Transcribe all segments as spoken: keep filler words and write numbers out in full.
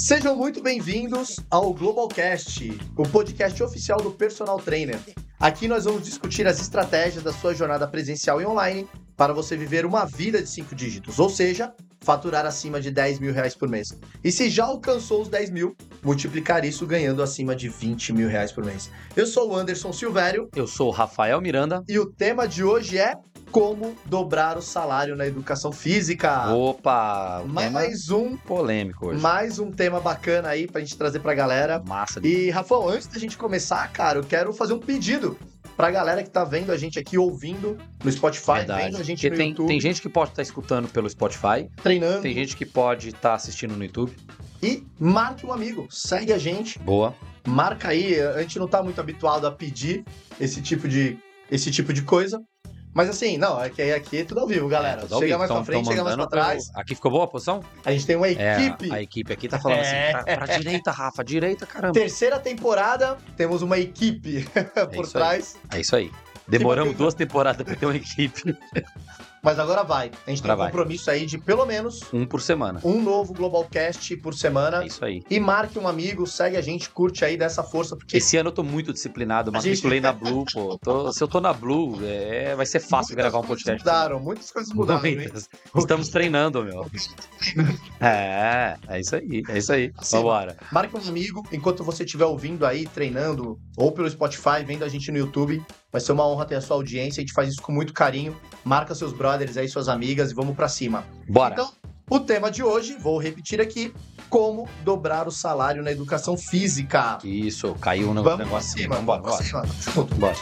Sejam muito bem-vindos ao Globalcast, o podcast oficial do Personal Trainer. Aqui nós vamos discutir as estratégias da sua jornada presencial e online para você viver uma vida de cinco dígitos, ou seja, faturar acima de dez mil reais por mês. E se já alcançou os dez mil, multiplicar isso ganhando acima de vinte mil reais por mês. Eu sou o Anderson Silvério. Eu sou o Rafael Miranda. E o tema de hoje é como dobrar o salário na educação física. Opa! Mais um polêmico hoje. Mais um tema bacana aí pra gente trazer pra galera. Massa. De... E, Rafael, antes da gente começar, cara, eu quero fazer um pedido pra galera que tá vendo a gente aqui, ouvindo no Spotify, Verdade. vendo a gente Porque no tem, YouTube. Tem gente que pode estar escutando pelo Spotify. Treinando. Tem gente que pode estar assistindo no YouTube. E marque um amigo, segue a gente. Boa. Marca aí, a gente não tá muito habituado a pedir esse tipo de, esse tipo de coisa. Mas assim, não, é que aqui é tudo ao vivo, galera. É, chega mais tão, pra frente, chega mais pra trás. Pelo... Aqui ficou boa a posição? A gente tem uma equipe. É, a equipe aqui tá falando é. assim, pra, pra direita, Rafa, direita, caramba. Terceira temporada, temos uma equipe por é trás. Aí. É isso aí. Demoramos duas temporadas pra ter uma equipe. Mas agora vai. A gente tem um compromisso aí de pelo menos... Um por semana. Um novo Globalcast por semana. É isso aí. E marque um amigo, segue a gente, curte aí dessa força. Porque esse ano eu tô muito disciplinado, matriculei gente... na Blue, pô. Tô... Se eu tô na Blue, é... vai ser fácil muitas gravar um podcast. Mudaram, muitas coisas mudaram. Muitas. Estamos treinando, meu. É, é isso aí, é isso aí. Assim, vambora. Marque um amigo, enquanto você estiver ouvindo aí, treinando, ou pelo Spotify, vendo a gente no YouTube. Vai ser uma honra ter a sua audiência, a gente faz isso com muito carinho. Marca seus brothers aí, suas amigas e vamos pra cima. Bora! Então, o tema de hoje, vou repetir aqui, como dobrar o salário na educação física. Isso, caiu no vamos negócio. Pra cima, vamos vamos pra cima. Junto, bora.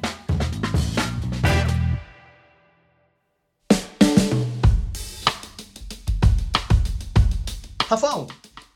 Rafão,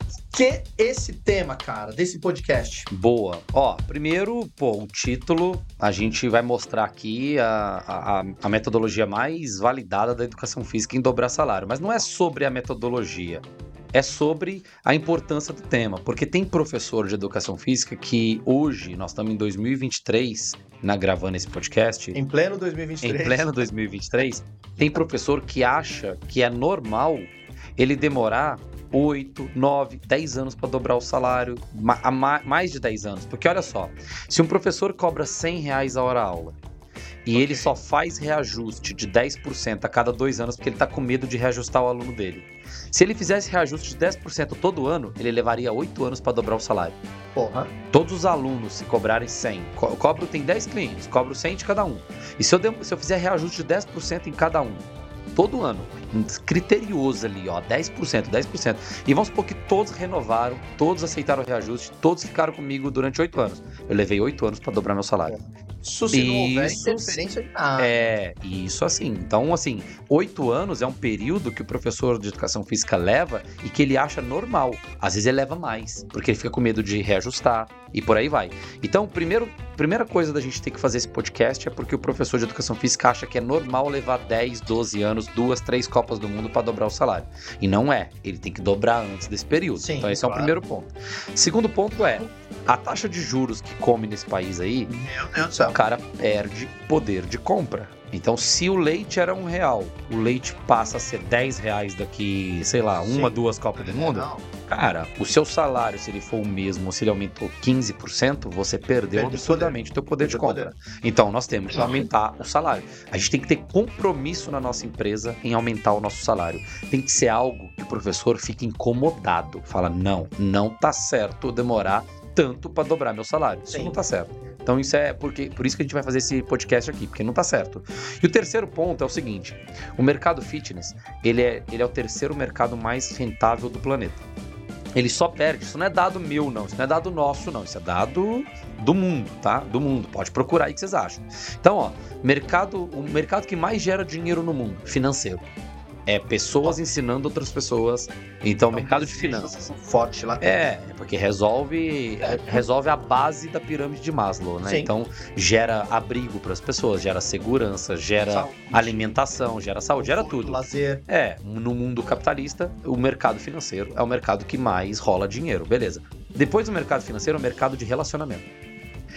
que esse tema, cara, desse podcast? Boa. Ó, primeiro, pô, o título, a gente vai mostrar aqui a, a, a metodologia mais validada da educação física em dobrar salário. Mas não é sobre a metodologia, é sobre a importância do tema. Porque tem professor de educação física que hoje, nós estamos em dois mil e vinte e três, na, gravando esse podcast. Em pleno dois mil e vinte e três. Em pleno dois mil e vinte e três, tem professor que acha que é normal ele demorar oito, nove, dez anos para dobrar o salário, há mais de dez anos. Porque olha só, se um professor cobra cem reais a hora aula e okay. ele só faz reajuste de dez por cento a cada dois anos porque ele está com medo de reajustar o aluno dele. Se ele fizesse reajuste de dez por cento todo ano, ele levaria oito anos para dobrar o salário. Porra. Todos os alunos, se cobrarem cem, co- cobro, tem dez clientes, cobro cem de cada um. E se eu, de, se eu fizer reajuste de dez por cento em cada um, todo ano, criterioso ali, ó, dez por cento, dez por cento. E vamos supor que todos renovaram, todos aceitaram o reajuste, todos ficaram comigo durante oito anos. Eu levei oito anos para dobrar meu salário. Isso se não houver interferência de nada. É, isso assim. Então, assim, oito anos é um período que o professor de educação física leva e que ele acha normal. Às vezes ele leva mais, porque ele fica com medo de reajustar e por aí vai. Então, primeiro, primeira coisa da gente ter que fazer esse podcast é porque o professor de educação física acha que é normal levar dez, doze anos, duas, três Copas do Mundo para dobrar o salário. E não é. Ele tem que dobrar antes desse período. Sim, então, esse claro. é o primeiro ponto. Segundo ponto é, a taxa de juros que come nesse país aí, meu Deus do céu, o cara perde poder de compra. Então, se o leite era um real, o leite passa a ser dez reais daqui, sei lá, uma, Sim. duas Copas do Mundo, não. Cara, o seu salário, se ele for o mesmo, ou se ele aumentou quinze por cento, você perdeu Perde absurdamente o teu poder Perde de compra. Poder. Então, nós temos que aumentar o salário. A gente tem que ter compromisso na nossa empresa em aumentar o nosso salário. Tem que ser algo que o professor fique incomodado. Fala, não, não tá certo demorar tanto para dobrar meu salário. Isso Sim. não tá certo. Então isso é porque, por isso que a gente vai fazer esse podcast aqui, porque não tá certo. E o terceiro ponto é o seguinte, o mercado fitness, ele é, ele é o terceiro mercado mais rentável do planeta. Ele só perde, isso não é dado meu não, isso não é dado nosso não, isso é dado do mundo, tá? Do mundo, pode procurar aí o que vocês acham. Então, ó, mercado, o mercado que mais gera dinheiro no mundo, financeiro. É pessoas ensinando outras pessoas. Então, então mercado de finanças. Forte lá. É, porque resolve, é. resolve a base da pirâmide de Maslow, né? Sim. Então, gera abrigo para as pessoas, gera segurança, gera saúde. alimentação, gera saúde, gera tudo. Lazer. É, no mundo capitalista, o mercado financeiro é o mercado que mais rola dinheiro, beleza. Depois do mercado financeiro, é o mercado de relacionamento.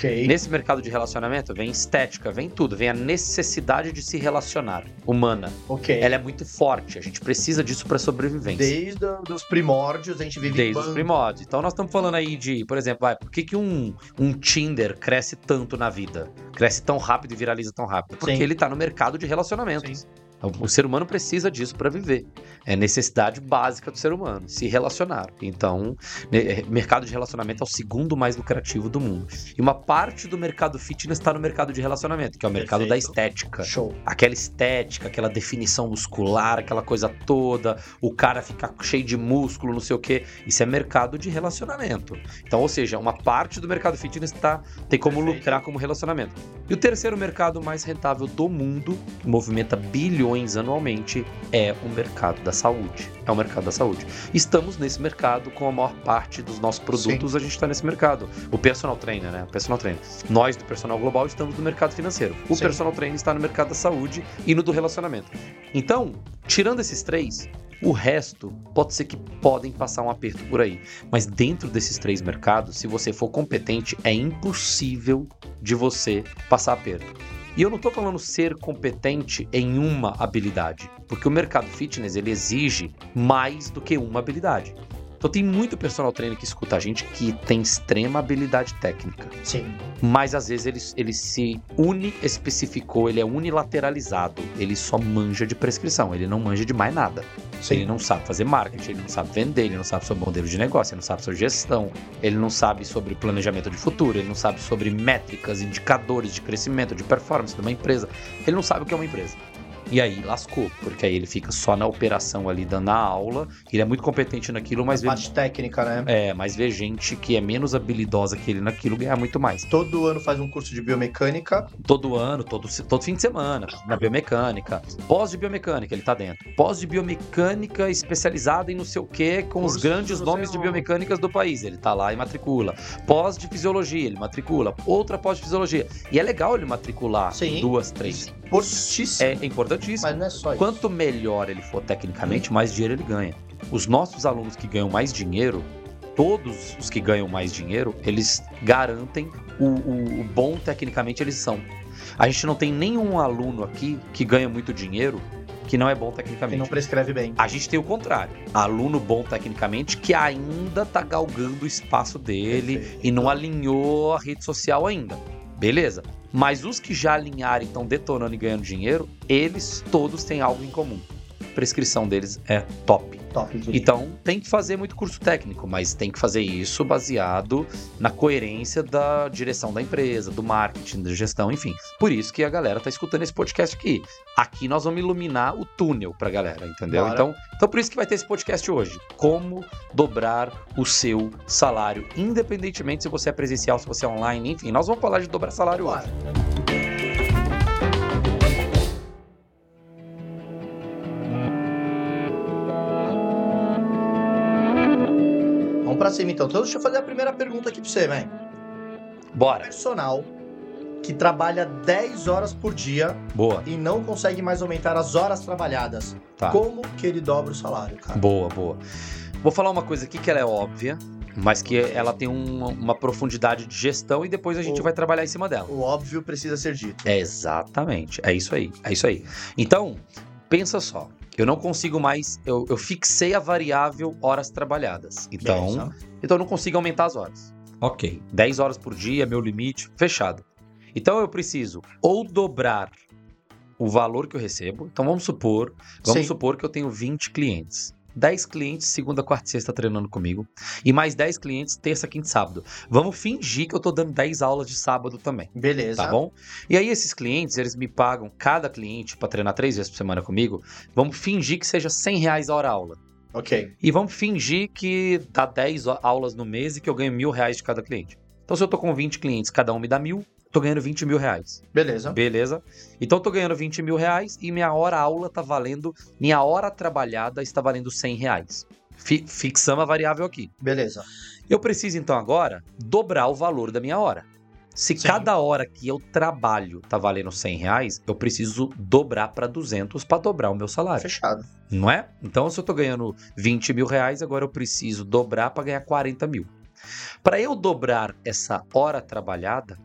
Okay. Nesse mercado de relacionamento vem estética, vem tudo, vem a necessidade de se relacionar, humana. Okay. Ela é muito forte, a gente precisa disso para sobrevivência. Desde os primórdios a gente vive Desde em os bando. primórdios. Então nós estamos falando aí de, por exemplo, ah, por que, que um, um Tinder cresce tanto na vida? Cresce tão rápido e viraliza tão rápido? Porque Sim. ele tá no mercado de relacionamentos. Sim. O ser humano precisa disso para viver. É necessidade básica do ser humano, se relacionar. Então, mercado de relacionamento é o segundo mais lucrativo do mundo. E uma parte do mercado fitness está no mercado de relacionamento, que é o mercado Perfeito. da estética. Show. Aquela estética, aquela definição muscular, aquela coisa toda, o cara ficar cheio de músculo, não sei o quê. Isso é mercado de relacionamento. Então, ou seja, uma parte do mercado fitness tá, tem como Perfeito. lucrar como relacionamento. E o terceiro mercado mais rentável do mundo, que movimenta bilhões anualmente, é o mercado da saúde. É o mercado da saúde. Estamos nesse mercado com a maior parte dos nossos produtos. Sim. A gente está nesse mercado. O personal trainer, né? O personal trainer. Nós do Personal Global estamos no mercado financeiro. O Sim. personal trainer está no mercado da saúde e no do relacionamento. Então, tirando esses três, o resto pode ser que podem passar um aperto por aí. Mas dentro desses três mercados, se você for competente, é impossível de você passar aperto. E eu não estou falando ser competente em uma habilidade, porque o mercado fitness ele exige mais do que uma habilidade. Então tem muito personal trainer que escuta a gente que tem extrema habilidade técnica. Sim. Mas às vezes ele, ele se uni-especificou, ele é unilateralizado, ele só manja de prescrição, ele não manja de mais nada. Sim. Ele não sabe fazer marketing, ele não sabe vender, ele não sabe sobre modelo de negócio, ele não sabe sobre gestão, ele não sabe sobre planejamento de futuro, ele não sabe sobre métricas, indicadores de crescimento, de performance de uma empresa, ele não sabe o que é uma empresa. E aí lascou, porque aí ele fica só na operação ali, dando a aula, ele é muito competente naquilo, mas... A parte vê, técnica, né? É, mas vê gente que é menos habilidosa que ele naquilo ganhar muito mais. Todo ano faz um curso de biomecânica? Todo ano, todo, todo fim de semana, na biomecânica. Pós de biomecânica, ele tá dentro. Pós de biomecânica especializada em não sei o quê, com curso os grandes nomes de biomecânicas do país. Ele tá lá e matricula. Pós de fisiologia, ele matricula. Outra pós de fisiologia. E é legal ele matricular Sim. duas, três. Importantíssimo. É importantíssimo. Mas não é só isso. Quanto melhor ele for tecnicamente, mais dinheiro ele ganha. Os nossos alunos que ganham mais dinheiro, todos os que ganham mais dinheiro, eles garantem o, o, o bom tecnicamente eles são. A gente não tem nenhum aluno aqui que ganha muito dinheiro que não é bom tecnicamente. Que não prescreve bem. A gente tem o contrário. Aluno bom tecnicamente que ainda tá galgando o espaço dele Perfeito. E não alinhou a rede social ainda. Beleza? Mas os que já alinharam e estão detonando e ganhando dinheiro, eles todos têm algo em comum. A prescrição deles é top. top então, tem que fazer muito curso técnico, mas tem que fazer isso baseado na coerência da direção da empresa, do marketing, da gestão, enfim. Por isso que a galera tá escutando esse podcast aqui. Aqui nós vamos iluminar o túnel pra galera, entendeu? Então, então, por isso que vai ter esse podcast hoje. Como dobrar o seu salário, independentemente se você é presencial, se você é online, enfim. Nós vamos falar de dobrar salário Bora. hoje. Pra cima, então. Então, deixa eu fazer a primeira pergunta aqui pra você, velho. Bora. Personal que trabalha dez horas por dia boa. E não consegue mais aumentar as horas trabalhadas. Tá. Como que ele dobra o salário, cara? Boa, boa. Vou falar uma coisa aqui que ela é óbvia, mas que ela tem uma, uma profundidade de gestão e depois a gente o, vai trabalhar em cima dela. O óbvio precisa ser dito. É exatamente. É isso aí. É isso aí. Então, pensa só. Eu não consigo mais, eu, eu fixei a variável horas trabalhadas. Então, então eu não consigo aumentar as horas. Ok, dez horas por dia, meu limite, fechado. Então eu preciso ou dobrar o valor que eu recebo. Então vamos supor, vamos Sim. supor que eu tenho vinte clientes. dez clientes, segunda, quarta e sexta treinando comigo. E mais dez clientes, terça, quinta e sábado. Vamos fingir que eu tô dando dez aulas de sábado também. Beleza. Tá bom? E aí esses clientes, eles me pagam, cada cliente, pra treinar três vezes por semana comigo, vamos fingir que seja cem reais a hora aula. Ok. E vamos fingir que dá dez aulas no mês e que eu ganho mil reais de cada cliente. Então se eu tô com vinte clientes, cada um me dá mil, tô ganhando vinte mil reais. Beleza. Beleza. Então eu tô ganhando vinte mil reais e minha hora aula tá valendo, minha hora trabalhada está valendo cem reais. Fi, fixamos a variável aqui. Beleza. Eu preciso então agora dobrar o valor da minha hora. Se Sim. cada hora que eu trabalho tá valendo cem reais, eu preciso dobrar para duzentos para dobrar o meu salário. Fechado. Não é? Então se eu tô ganhando vinte mil reais, agora eu preciso dobrar para ganhar quarenta mil. Para eu dobrar essa hora trabalhada,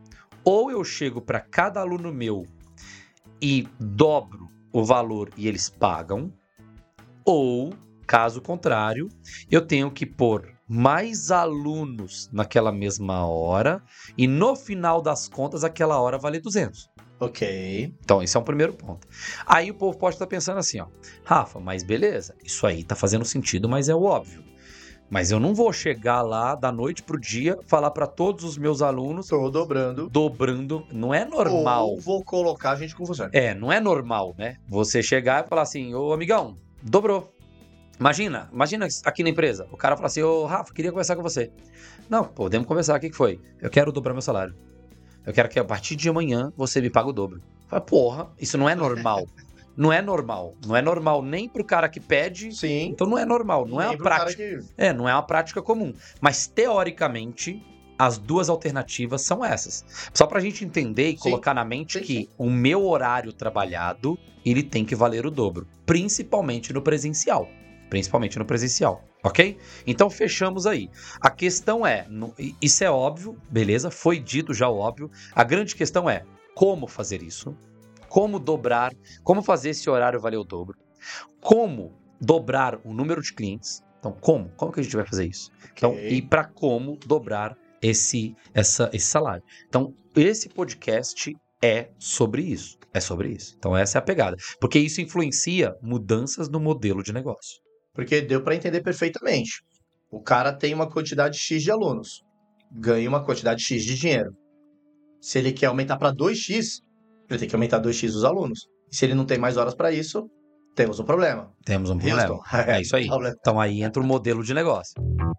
Ou eu chego para cada aluno meu e dobro o valor e eles pagam, ou, caso contrário, eu tenho que pôr mais alunos naquela mesma hora e no final das contas aquela hora vale duzentos. Ok. Então, esse é um primeiro ponto. Aí o povo pode estar pensando assim, ó, Rafa, mas beleza, isso aí tá fazendo sentido, mas é o óbvio. Mas eu não vou chegar lá da noite pro dia, falar para todos os meus alunos... Tô dobrando. Dobrando. Não é normal. Ou vou colocar a gente com você. É, não é normal, né? Você chegar e falar assim, ô amigão, dobrou. Imagina, imagina aqui na empresa, o cara fala assim, ô Rafa, queria conversar com você. Não, podemos conversar, o que que foi? Eu quero dobrar meu salário. Eu quero que a partir de amanhã você me pague o dobro. Fala, porra, isso não é normal. Não é normal. Não é normal nem pro cara que pede. Sim. Então não é normal. Não é uma prática. Que... É, não é uma prática comum. Mas teoricamente, as duas alternativas são essas. Só pra gente entender e sim. colocar na mente sim, que sim. o meu horário trabalhado, ele tem que valer o dobro. Principalmente no presencial. Principalmente no presencial, ok? Então fechamos aí. A questão é, no, isso é óbvio, beleza? Foi dito já o óbvio. A grande questão é como fazer isso, como dobrar, como fazer esse horário valer o dobro, como dobrar o número de clientes. Então, como? Como que a gente vai fazer isso? Okay. Então, e para como dobrar esse, essa, esse salário. Então, esse podcast é sobre isso. É sobre isso. Então, essa é a pegada. Porque isso influencia mudanças no modelo de negócio. Porque deu para entender perfeitamente. O cara tem uma quantidade X de alunos, ganha uma quantidade X de dinheiro. Se ele quer aumentar para dois x, ele tem que aumentar dois x os alunos. E se ele não tem mais horas para isso, temos um problema. Temos um problema. Houston. É isso aí. Então aí entra o modelo de negócio.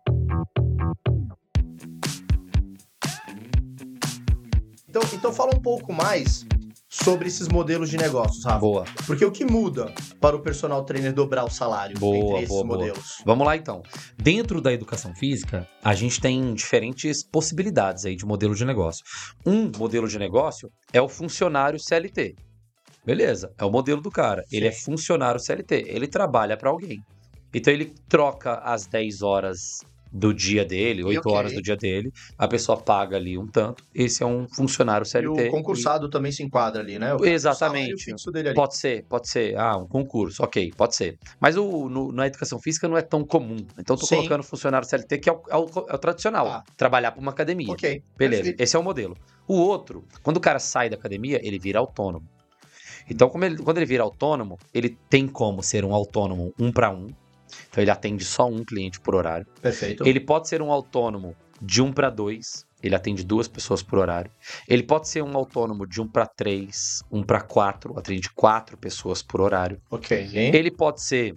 Então, então fala um pouco mais sobre esses modelos de negócios, Rafa. Boa. Porque o que muda para o personal trainer dobrar o salário boa, entre esses boa, modelos? Boa. Vamos lá, então. Dentro da educação física, a gente tem diferentes possibilidades aí de modelo de negócio. Um modelo de negócio é o funcionário C L T. Beleza, é o modelo do cara. Sim. Ele é funcionário C L T. Ele trabalha para alguém. Então, ele troca as dez horas do dia dele, oito okay. horas do dia dele, a pessoa paga ali um tanto, esse é um funcionário C L T. E o concursado e... também se enquadra ali, né? O Exatamente. Fixo dele ali. Pode ser, pode ser. Ah, um concurso, ok, pode ser. Mas o, no, na educação física não é tão comum. Então eu tô Sim. colocando funcionário C L T, que é o, é o, é o tradicional, ah. trabalhar para uma academia. Ok. Beleza, Perfeito. Esse é o modelo. O outro, quando o cara sai da academia, ele vira autônomo. Então, como ele, quando ele vira autônomo, ele tem como ser um autônomo um para um. Então ele atende só um cliente por horário. Perfeito. Ele pode ser um autônomo de um para dois, ele atende duas pessoas por horário. Ele pode ser um autônomo de um para três, um para quatro, atende quatro pessoas por horário. Ok. Ele pode ser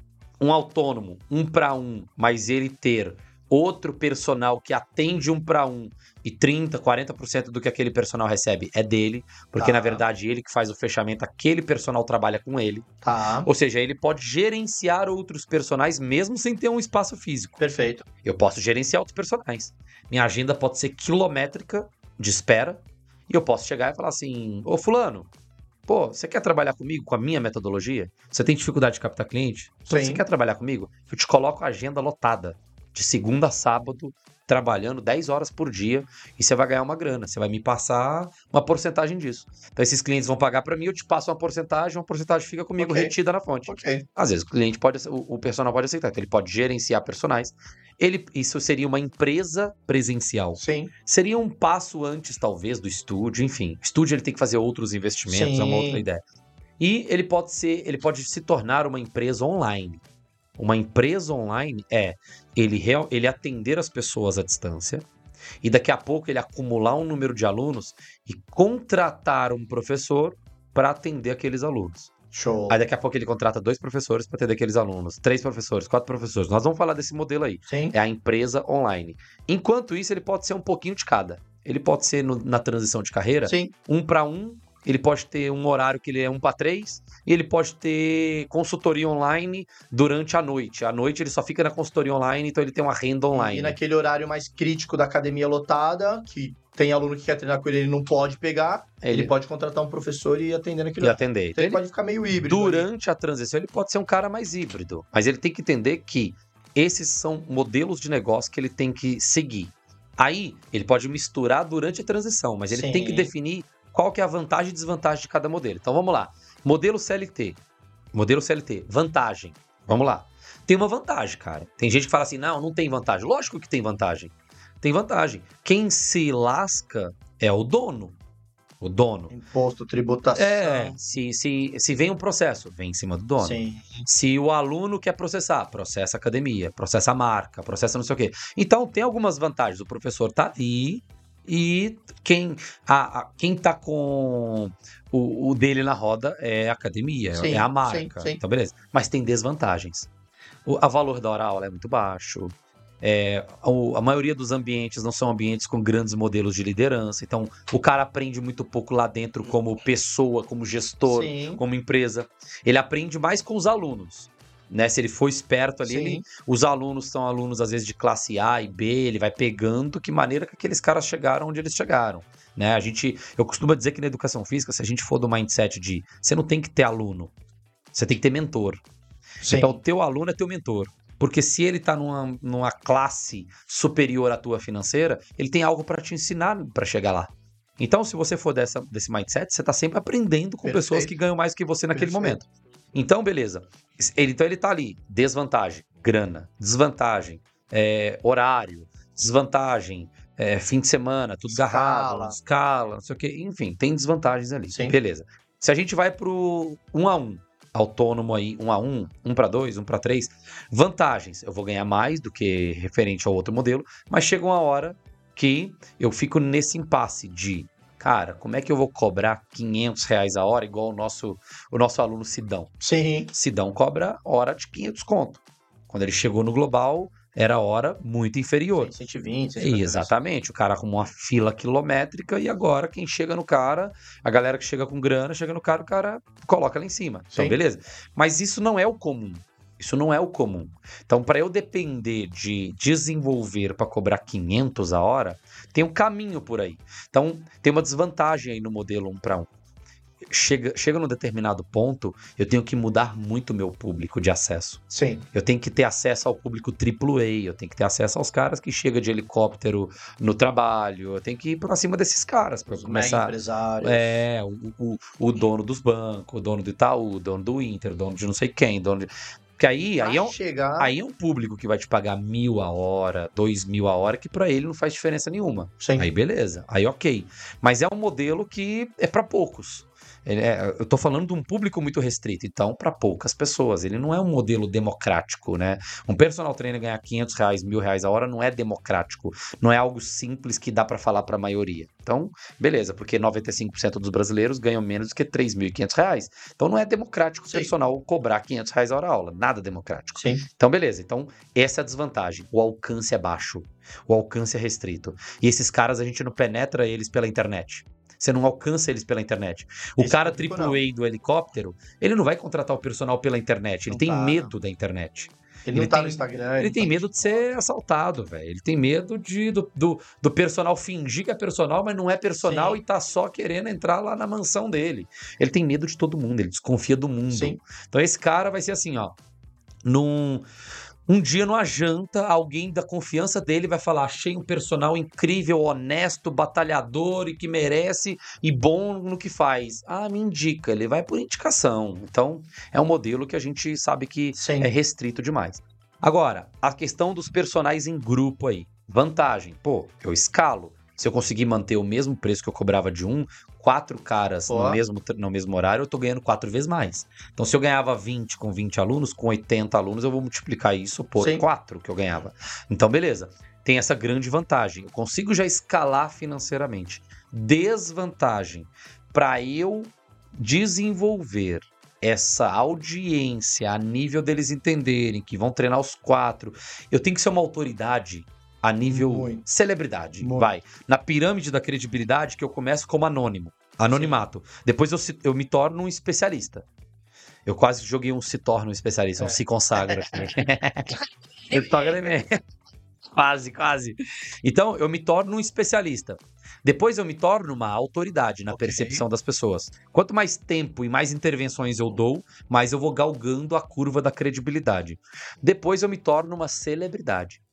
um autônomo um para um, mas ele ter outro personal que atende um para um e trinta, quarenta por cento do que aquele personal recebe é dele, porque tá. na verdade ele que faz o fechamento, aquele personal trabalha com ele. Tá. Ou seja, ele pode gerenciar outros personagens mesmo sem ter um espaço físico. Perfeito. Eu posso gerenciar outros personagens. Minha agenda pode ser quilométrica de espera e eu posso chegar e falar assim, ô fulano, pô, você quer trabalhar comigo com a minha metodologia? Você tem dificuldade de captar cliente? Então, você quer trabalhar comigo? Eu te coloco a agenda lotada. De segunda a sábado, trabalhando dez horas por dia, e você vai ganhar uma grana. Você vai me passar uma porcentagem disso. Então, esses clientes vão pagar para mim, eu te passo uma porcentagem, uma porcentagem fica comigo okay. retida na fonte. Okay. Às vezes, o cliente pode, o, o personal pode aceitar. Então, ele pode gerenciar personagens. Ele, isso seria uma empresa presencial. Sim. Seria um passo antes, talvez, do estúdio. Enfim, o estúdio ele tem que fazer outros investimentos, Sim. é uma outra ideia. E ele pode ser, ele pode se tornar uma empresa online. Uma empresa online é ele, real, ele atender as pessoas à distância e daqui a pouco ele acumular um número de alunos e contratar um professor para atender aqueles alunos. Show. Aí daqui a pouco ele contrata dois professores para atender aqueles alunos, três professores, quatro professores. Nós vamos falar desse modelo aí. Sim. É a empresa online. Enquanto isso, ele pode ser um pouquinho de cada. Ele pode ser no, na transição de carreira, Sim. um para um. Ele pode ter um horário que ele é um para três, e ele pode ter consultoria online durante a noite. À noite ele só fica na consultoria online, então ele tem uma renda online. E naquele horário mais crítico da academia lotada, que tem aluno que quer treinar com ele, ele não pode pegar, ele, ele pode contratar um professor e atender naquele e atender. Então ele, ele pode ficar meio híbrido. Durante ali. a transição ele pode ser um cara mais híbrido, mas ele tem que entender que esses são modelos de negócio que ele tem que seguir. Aí, ele pode misturar durante a transição, mas ele Sim. tem que definir qual que é a vantagem e desvantagem de cada modelo. Então, vamos lá. Modelo C L T. Modelo C L T. Vantagem. Vamos lá. Tem uma vantagem, cara. Tem gente que fala assim, não, não tem vantagem. Lógico que tem vantagem. Tem vantagem. Quem se lasca é o dono. O dono. Imposto, tributação. É, se, se, se vem um processo, vem em cima do dono. Sim. Se o aluno quer processar, processa a academia, processa a marca, processa não sei o quê. Então, tem algumas vantagens. O professor tá ali e quem, a, a, quem tá com o, o dele na roda é a academia, Sim, é a marca. sim, sim. Então, beleza. Mas tem desvantagens. O a valor da hora aula é muito baixo. É, a, a maioria dos ambientes não são ambientes com grandes modelos de liderança. Então, o cara aprende muito pouco lá dentro como pessoa, como gestor, Sim. como empresa. Ele aprende mais com os alunos. Né? Se ele for esperto ali, ele, os alunos são alunos, às vezes, de classe A e B, ele vai pegando que maneira que aqueles caras chegaram onde eles chegaram. Né? A gente, eu costumo dizer que na educação física, se a gente for do mindset de você não tem que ter aluno, você tem que ter mentor. Sim. Então, o teu aluno é teu mentor. Porque se ele está numa, numa classe superior à tua financeira, ele tem algo para te ensinar para chegar lá. Então, se você for dessa, desse mindset, você está sempre aprendendo com Perfeito. pessoas que ganham mais que você naquele Perfeito. momento. Então, beleza. Ele, então, ele está ali. Desvantagem, grana. Desvantagem, é, horário. Desvantagem, é, fim de semana, tudo Escala. agarrado. Escala, não sei o quê. Enfim, tem desvantagens ali. Sim. Beleza. Se a gente vai pro um a um, autônomo aí, um a um, um para dois, um para três. Vantagens, eu vou ganhar mais do que referente ao outro modelo, mas chega uma hora que eu fico nesse impasse de, cara, como é que eu vou cobrar quinhentos reais a hora igual o nosso, o nosso aluno Sidão? Sim. Sidão cobra hora de quinhentos conto. Quando ele chegou no Global, era hora muito inferior. cento e vinte, cento e cinquenta. Exatamente, o cara arrumou uma fila quilométrica e agora quem chega no cara, a galera que chega com grana, chega no cara, o cara coloca lá em cima. Então, Sim. beleza. Mas isso não é o comum. Isso não é o comum. Então, para eu depender de desenvolver para cobrar quinhentos a hora, tem um caminho por aí. Então, tem uma desvantagem aí no modelo um para um. Chega, chega num determinado ponto, eu tenho que mudar muito o meu público de acesso. Sim. Eu tenho que ter acesso ao público triplo A, eu tenho que ter acesso aos caras que chegam de helicóptero no trabalho, eu tenho que ir pra cima desses caras para começar. Empresários. É, o, o, o dono dos bancos, o dono do Itaú, o dono do Inter, o dono de não sei quem, dono de... Porque aí, aí, é um, chegar... aí é um público que vai te pagar mil a hora, dois mil a hora, que pra ele não faz diferença nenhuma. Sim. Aí beleza, aí ok. Mas é um modelo que é pra poucos. Ele é, eu tô falando de um público muito restrito, então para poucas pessoas. Ele não é um modelo democrático, né? Um personal trainer ganhar quinhentos reais, mil reais a hora não é democrático. Não é algo simples que dá para falar para a maioria. Então, beleza, porque noventa e cinco por cento dos brasileiros ganham menos do que três mil e quinhentos reais. Então não é democrático o Sim. personal cobrar quinhentos reais a hora aula. Nada democrático. Sim. Então, beleza. Então, essa é a desvantagem. O alcance é baixo. O alcance é restrito. E esses caras, a gente não penetra eles pela internet. Você não alcança eles pela internet. O Esse cara público triplo A do helicóptero, ele não vai contratar o personal pela internet. Ele Não tem tá, medo da internet. Ele não Ele tá tem- no Instagram. Ele tem tá no medo de TikTok. ser assaltado, velho. Ele tem medo de, do, do, do personal fingir que é personal, mas não é personal Sim. e tá só querendo entrar lá na mansão dele. Ele tem medo de todo mundo, ele desconfia do mundo. Sim. Então esse cara vai ser assim, ó. Num, um dia numa janta, alguém da confiança dele vai falar: achei um personal incrível, honesto, batalhador e que merece e bom no que faz. Ah, me indica, ele vai por indicação. Então é um modelo que a gente sabe que Sim. é restrito demais. Agora, a questão dos personagens em grupo aí. Vantagem, pô, eu escalo. Se eu conseguir manter o mesmo preço que eu cobrava de um, quatro caras Pô. no mesmo, tr- no mesmo horário, eu tô ganhando quatro vezes mais. Então, se eu ganhava vinte com vinte alunos, com oitenta alunos, eu vou multiplicar isso por Sim. quatro que eu ganhava. Então, beleza. Tem essa grande vantagem. Eu consigo já escalar financeiramente. Desvantagem. Para eu desenvolver essa audiência a nível deles entenderem que vão treinar os quatro, eu tenho que ser uma autoridade a nível Muito. celebridade. Muito. Vai. Na pirâmide da credibilidade, que eu começo como anônimo. Anonimato. Depois eu, se- eu me torno um especialista. Eu quase joguei um se torna um especialista, um É. se consagra. Eu tô agradecendo. Quase, quase. Então, eu me torno um especialista. Depois eu me torno uma autoridade na Ok. percepção das pessoas. Quanto mais tempo e mais intervenções eu dou, mais eu vou galgando a curva da credibilidade. Depois eu me torno uma celebridade.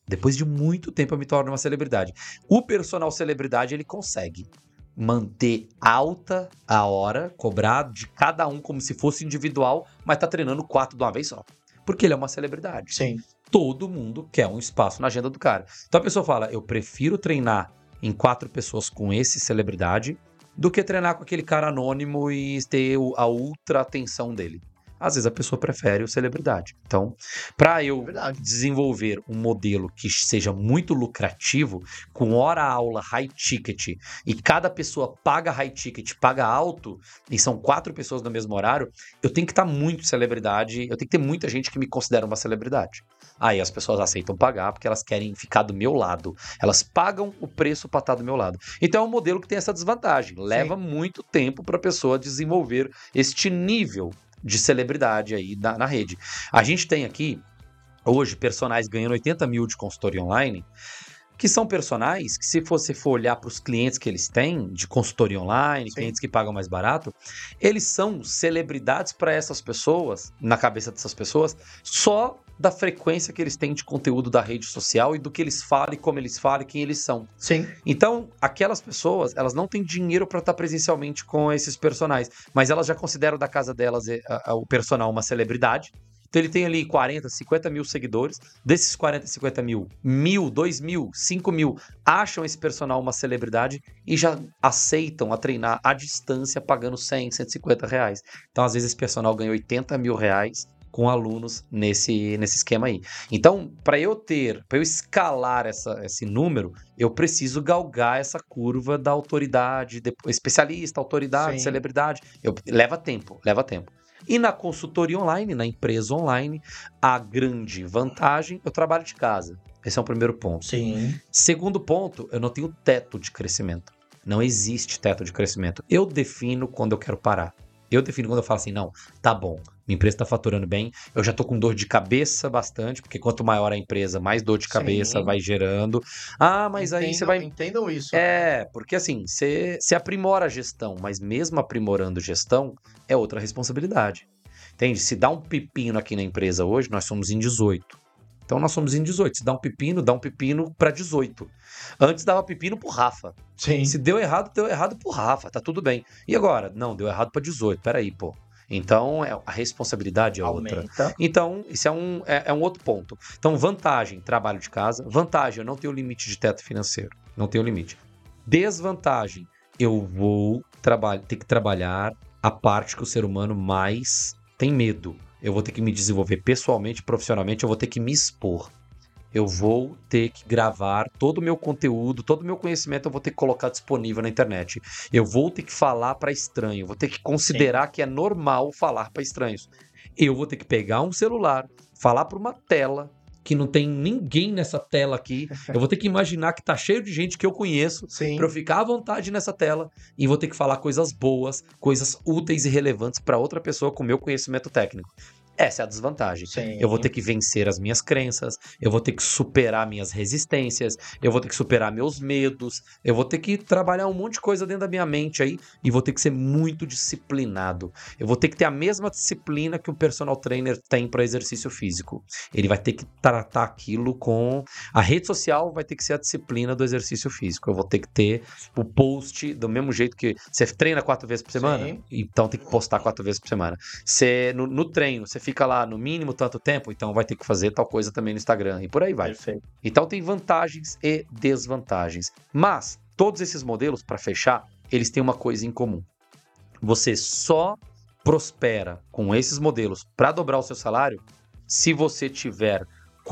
Depois de muito tempo eu me torno uma celebridade. O personal celebridade, ele consegue manter alta a hora, cobrar de cada um como se fosse individual, mas tá treinando quatro de uma vez só. Porque ele é uma celebridade. Sim. Todo mundo quer um espaço na agenda do cara. Então a pessoa fala, eu prefiro treinar em quatro pessoas com esse celebridade do que treinar com aquele cara anônimo e ter a ultra atenção dele. Às vezes a pessoa prefere o celebridade. Então, para eu Verdade. desenvolver um modelo que seja muito lucrativo, com hora-aula high ticket, e cada pessoa paga high ticket, paga alto, e são quatro pessoas no mesmo horário, eu tenho que estar muito celebridade, eu tenho que ter muita gente que me considera uma celebridade. Aí as pessoas aceitam pagar porque elas querem ficar do meu lado. Elas pagam o preço para estar do meu lado. Então é um modelo que tem essa desvantagem. Leva Sim. muito tempo para a pessoa desenvolver este nível de celebridade aí na, na rede. A gente tem aqui, hoje, personagens ganhando oitenta mil de consultoria online, que são personagens que, se você for olhar para os clientes que eles têm, de consultoria online, Sim. clientes que pagam mais barato, eles são celebridades para essas pessoas, na cabeça dessas pessoas, só da frequência que eles têm de conteúdo da rede social e do que eles falam, e como eles falam e quem eles são. Sim. Então, aquelas pessoas, elas não têm dinheiro para estar presencialmente com esses personagens, mas elas já consideram da casa delas a, a, o personal uma celebridade. Então ele tem ali quarenta, cinquenta mil seguidores. Desses quarenta, cinquenta mil, mil, dois mil, cinco mil acham esse personal uma celebridade e já aceitam a treinar à distância pagando cem, cento e cinquenta reais. Então às vezes esse personal ganha oitenta mil reais com alunos nesse, nesse esquema aí. Então, para eu ter, para eu escalar essa, esse número, eu preciso galgar essa curva da autoridade, depois, especialista, autoridade, Sim. celebridade. Eu, leva tempo, leva tempo. E na consultoria online, na empresa online, a grande vantagem, eu trabalho de casa. Esse é o primeiro ponto. Sim. Segundo ponto, eu não tenho teto de crescimento. Não existe teto de crescimento. Eu defino quando eu quero parar. Eu defino quando eu falo assim, não, tá bom, minha empresa tá faturando bem, eu já tô com dor de cabeça bastante, porque quanto maior a empresa, mais dor de cabeça Sim. vai gerando. Ah, mas entendam, aí você vai... Entendam isso. É, porque assim, você, você aprimora a gestão, mas mesmo aprimorando gestão, é outra responsabilidade. Entende? Se dá um pepino aqui na empresa hoje, nós somos em dezoito. Então nós somos em dezoito. Se dá um pepino, dá um pepino para dezoito. Antes dava pepino pro Rafa. Sim. Se deu errado, deu errado pro Rafa, tá tudo bem. E agora? Não, deu errado para dezoito. Peraí, pô. Então a responsabilidade é Aumenta. outra. Então, isso é um, é, é um outro ponto. Então, vantagem, trabalho de casa. Vantagem, eu não tenho limite de teto financeiro. Não tenho limite. Desvantagem, eu vou traba- ter que trabalhar a parte que o ser humano mais tem medo. Eu vou ter que me desenvolver pessoalmente, profissionalmente, eu vou ter que me expor. Eu vou ter que gravar todo o meu conteúdo, todo o meu conhecimento eu vou ter que colocar disponível na internet. Eu vou ter que falar para estranho, vou ter que considerar Sim. que é normal falar para estranhos. Eu vou ter que pegar um celular, falar para uma tela que não tem ninguém nessa tela aqui. Eu vou ter que imaginar que tá cheio de gente que eu conheço para eu ficar à vontade nessa tela e vou ter que falar coisas boas, coisas úteis e relevantes para outra pessoa com meu conhecimento técnico. Essa é a desvantagem. Sim. Eu vou ter que vencer as minhas crenças, eu vou ter que superar minhas resistências, eu vou ter que superar meus medos, eu vou ter que trabalhar um monte de coisa dentro da minha mente aí e vou ter que ser muito disciplinado. Eu vou ter que ter a mesma disciplina que um personal trainer tem para exercício físico. Ele vai ter que tratar aquilo com... A rede social vai ter que ser a disciplina do exercício físico. Eu vou ter que ter o post do mesmo jeito que você treina quatro vezes por semana, Sim. então tem que postar quatro vezes por semana. Você, no, no treino, você fica lá no mínimo tanto tempo, então vai ter que fazer tal coisa também no Instagram, e por aí vai. Perfeito. Então tem vantagens e desvantagens. Mas todos esses modelos, para fechar, eles têm uma coisa em comum. Você só prospera com esses modelos para dobrar o seu salário se você tiver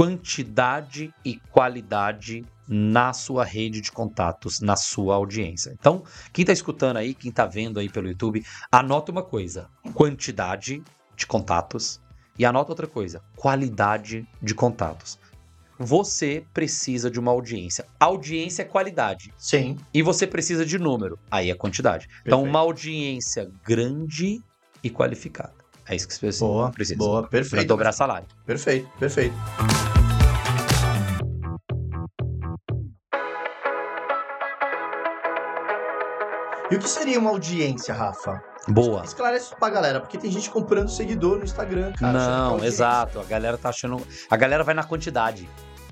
quantidade e qualidade na sua rede de contatos, na sua audiência. Então, quem está escutando aí, quem está vendo aí pelo YouTube, anota uma coisa: quantidade de contatos. E anota outra coisa, qualidade de contatos. Você precisa de uma audiência. Audiência é qualidade. Sim. E você precisa de número. Aí é quantidade. Perfeito. Então, uma audiência grande e qualificada. É isso que você precisa. Boa, precisa. Boa, perfeito. Para dobrar salário. Perfeito, perfeito. E o que seria uma audiência, Rafa? Boa. Esclarece isso pra galera, porque tem gente comprando seguidor no Instagram, cara. Não, exato. A galera tá achando... A galera vai na quantidade.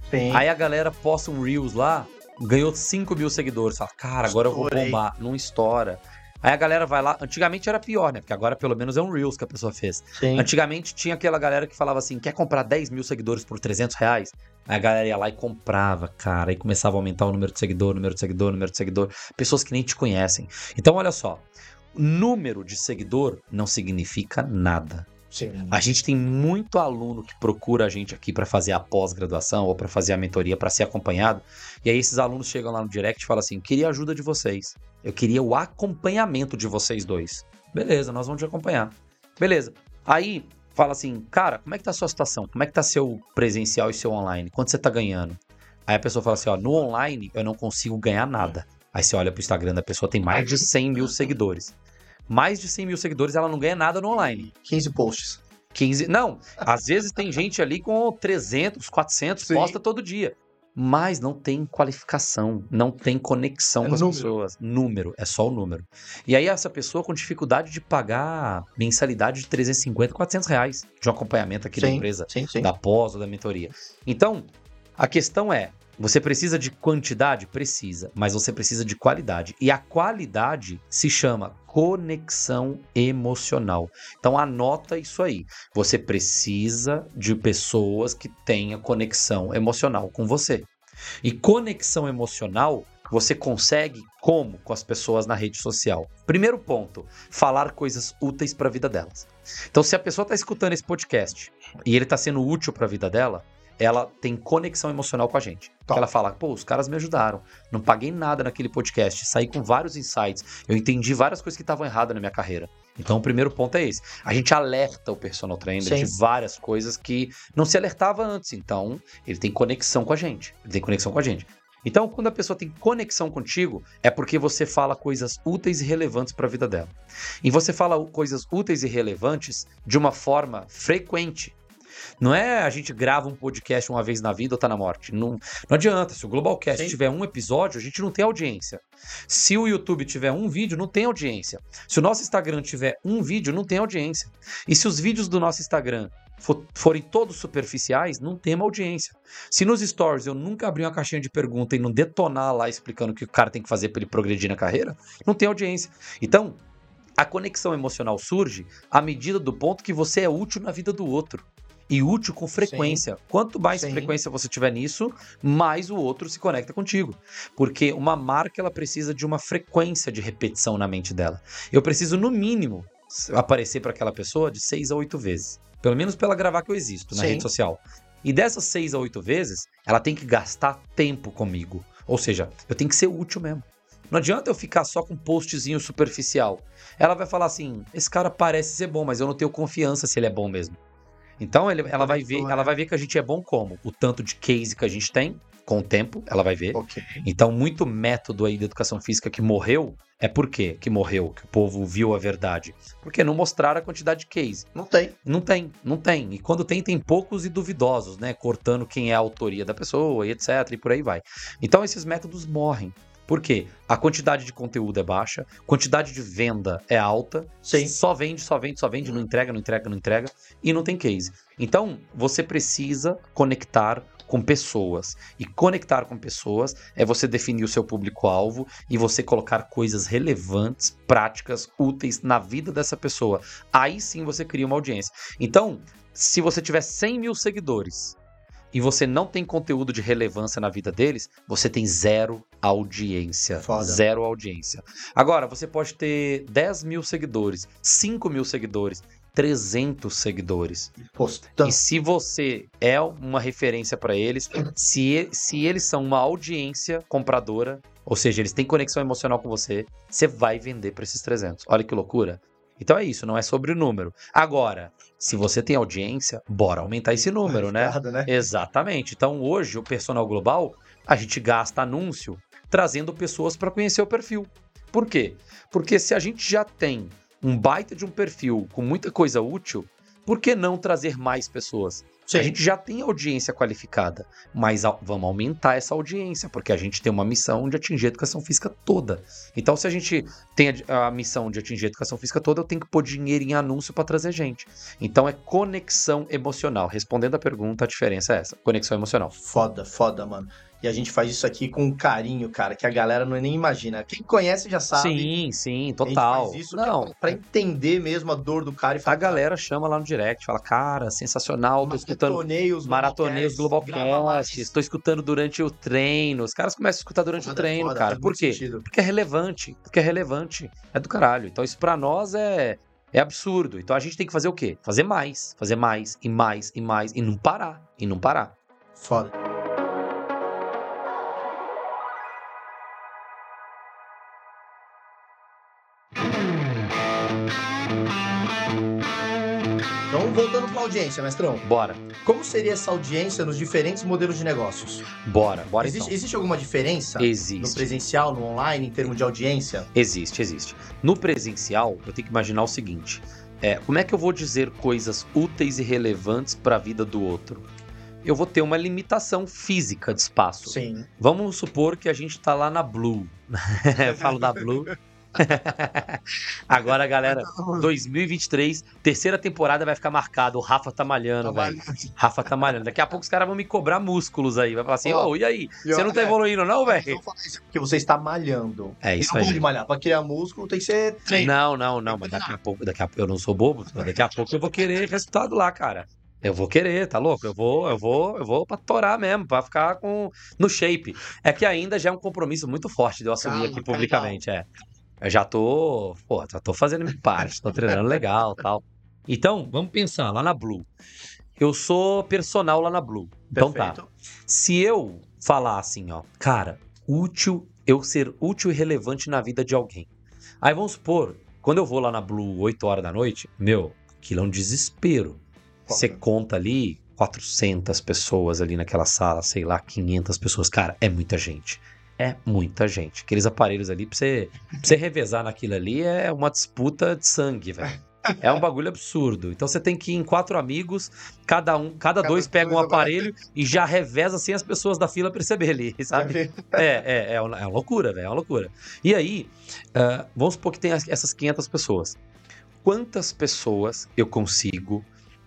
Sim. Aí a galera posta um Reels lá, ganhou cinco mil seguidores. Fala, cara, agora Estourei. eu vou bombar. Não estoura. Aí a galera vai lá, antigamente era pior, né? Porque agora pelo menos é um Reels que a pessoa fez. Sim. Antigamente tinha aquela galera que falava assim, quer comprar dez mil seguidores por trezentos reais? Aí a galera ia lá e comprava, cara, e começava a aumentar o número de seguidor, número de seguidor, número de seguidor. Pessoas que nem te conhecem. Então olha só, número de seguidor não significa nada. Sim. A gente tem muito aluno que procura a gente aqui para fazer a pós-graduação ou para fazer a mentoria, para ser acompanhado. E aí esses alunos chegam lá no direct e falam assim, queria a ajuda de vocês. Eu queria o acompanhamento de vocês dois. Beleza, nós vamos te acompanhar. Beleza. Aí fala assim, cara, como é que tá a sua situação? Como é que tá seu presencial e seu online? Quanto você tá ganhando? Aí a pessoa fala assim, ó, no online eu não consigo ganhar nada. Aí você olha pro Instagram da pessoa, tem mais de cem mil seguidores. Mais de cem mil seguidores, ela não ganha nada no online. quinze posts. quinze, não, às vezes tem gente ali com trezentos, quatrocentos, Sim. posta todo dia. Mas não tem qualificação, não tem conexão É com as número. pessoas. Número, é só o número. E aí essa pessoa com dificuldade de pagar mensalidade de trezentos e cinquenta, quatrocentos reais de um acompanhamento aqui da Sim, empresa, sim, sim. da pós ou da mentoria. Então, a questão é, você precisa de quantidade? Precisa, mas você precisa de qualidade. E a qualidade se chama conexão emocional. Então anota isso aí. Você precisa de pessoas que tenham conexão emocional com você. E conexão emocional você consegue como com as pessoas na rede social? Primeiro ponto, falar coisas úteis para a vida delas. Então se a pessoa está escutando esse podcast e ele está sendo útil para a vida dela, ela tem conexão emocional com a gente. Tá. Ela fala, pô, os caras me ajudaram, não paguei nada naquele podcast, saí com vários insights, eu entendi várias coisas que estavam erradas na minha carreira. Então o primeiro ponto é esse. A gente alerta o personal trainer Sim. de várias coisas que não se alertava antes. Então ele tem conexão com a gente. Ele tem conexão com a gente. Então, quando a pessoa tem conexão contigo, é porque você fala coisas úteis e relevantes para a vida dela. E você fala coisas úteis e relevantes de uma forma frequente. Não é a gente grava um podcast uma vez na vida ou tá na morte. Não, não adianta. Se o Globalcast Sim. tiver um episódio, a gente não tem audiência. Se o YouTube tiver um vídeo, não tem audiência. Se o nosso Instagram tiver um vídeo, não tem audiência. E se os vídeos do nosso Instagram for, forem todos superficiais, não tem uma audiência. Se nos stories eu nunca abrir uma caixinha de pergunta e não detonar lá explicando o que o cara tem que fazer para ele progredir na carreira, não tem audiência. Então, a conexão emocional surge à medida do ponto que você é útil na vida do outro. E útil com frequência. Sim. Quanto mais Sim. frequência você tiver nisso, mais o outro se conecta contigo. Porque uma marca, ela precisa de uma frequência de repetição na mente dela. Eu preciso, no mínimo, aparecer para aquela pessoa de seis a oito vezes. Pelo menos para ela gravar que eu existo na Sim. rede social. E dessas seis a oito vezes, ela tem que gastar tempo comigo. Ou seja, eu tenho que ser útil mesmo. Não adianta eu ficar só com um postzinho superficial. Ela vai falar assim, esse cara parece ser bom, mas eu não tenho confiança se ele é bom mesmo. Então ele, ela, vai ver, ela vai ver que a gente é bom como? O tanto de case que a gente tem, com o tempo, ela vai ver. Okay. Então muito método aí da educação física que morreu, é por quê que morreu? Que o povo viu a verdade? Porque não mostraram a quantidade de case. Não tem. Não tem, não tem. E quando tem, tem poucos e duvidosos, né? Cortando quem é a autoria da pessoa e etc. E por aí vai. Então esses métodos morrem. Por quê? A quantidade de conteúdo é baixa, quantidade de venda é alta, Sim. só vende, só vende, só vende, não entrega, não entrega, não entrega, e não tem case. Então, você precisa conectar com pessoas. E conectar com pessoas é você definir o seu público-alvo e você colocar coisas relevantes, práticas, úteis na vida dessa pessoa. Aí sim você cria uma audiência. Então, se você tiver cem mil seguidores e você não tem conteúdo de relevância na vida deles, você tem zero audiência. Foda. Zero audiência. Agora, você pode ter dez mil seguidores, cinco mil seguidores, trezentos seguidores. Postando. E se você é uma referência para eles, se, se eles são uma audiência compradora, ou seja, eles têm conexão emocional com você, você vai vender para esses trezentos. Olha que loucura. Então é isso, não é sobre o número. Agora, se você tem audiência, bora aumentar esse número, né? Errado, né? Exatamente. Então hoje, o Personal Global, a gente gasta anúncio trazendo pessoas para conhecer o perfil. Por quê? Porque se a gente já tem um baita de um perfil com muita coisa útil, por que não trazer mais pessoas? Sim. A gente já tem audiência qualificada, mas a, vamos aumentar essa audiência, porque a gente tem uma missão de atingir a educação física toda. Então, se a gente tem a, a missão de atingir a educação física toda, eu tenho que pôr dinheiro em anúncio para trazer gente. Então, é conexão emocional. Respondendo a pergunta, a diferença é essa, conexão emocional. Foda, foda, mano. E a gente faz isso aqui com carinho, cara, que a galera não nem imagina. Quem conhece já sabe. Sim, sim, total. A gente faz isso não, é pra entender mesmo a dor do cara e falar. A galera chama lá no direct, fala, cara, sensacional, tô escutando. Maratonei os Maratonei os Globalcasts, tô escutando durante o treino. Os caras começam a escutar durante foda, o treino, foda, cara. Por quê? Sentido. Porque é relevante. Porque é relevante. É do caralho. Então isso pra nós é, é absurdo. Então a gente tem que fazer o quê? Fazer mais. Fazer mais, e mais, e mais. E não parar. E não parar. Foda. Então, voltando para a audiência, mestrão. Bora. Como seria essa audiência nos diferentes modelos de negócios? Bora, bora existe, então. Existe alguma diferença? Existe. No presencial, no online, em termos de audiência? Existe, existe. No presencial, eu tenho que imaginar o seguinte. É, como é que eu vou dizer coisas úteis e relevantes para a vida do outro? Eu vou ter uma limitação física de espaço. Sim. Vamos supor que a gente tá lá na Blue. Eu falo da Blue. Agora, galera, dois mil e vinte e três, terceira temporada vai ficar marcado. O Rafa tá malhando, tá velho. Rafa tá malhando. Daqui a pouco os caras vão me cobrar músculos aí. Vai falar assim, ô, oh, e aí? Você não tá evoluindo, não, velho? Porque você está malhando. É isso não aí. Pode malhar. Pra criar músculo tem que ser treino. Não, não, não. Mas daqui a pouco, daqui a pouco eu não sou bobo. Daqui a pouco eu vou querer resultado lá, cara. Eu vou querer, tá louco? Eu vou, eu vou, eu vou pra torar mesmo, pra ficar com no shape. É que ainda já é um compromisso muito forte de eu assumir calma, aqui publicamente, calma. é. Eu já tô, pô, já tô fazendo minha parte, tô treinando legal e tal. Então, vamos pensar, lá na Blue. Eu sou personal lá na Blue. Então Perfeito. Tá. Se eu falar assim, ó, cara, útil, eu ser útil e relevante na vida de alguém. Aí vamos supor, quando eu vou lá na Blue oito horas da noite, meu, aquilo é um desespero. Você conta ali quatrocentas pessoas ali naquela sala, sei lá, quinhentas pessoas. Cara, é muita gente. É muita gente. Aqueles aparelhos ali, pra você, pra você revezar naquilo ali, é uma disputa de sangue, velho. É um bagulho absurdo. Então você tem que ir em quatro amigos, cada um, cada, cada dois pega um aparelho e já reveza sem as pessoas da fila perceber ali, sabe? É, é, é uma, é uma loucura, velho, é uma loucura. E aí, uh, vamos supor que tem essas quinhentas pessoas. Quantas pessoas eu consigo,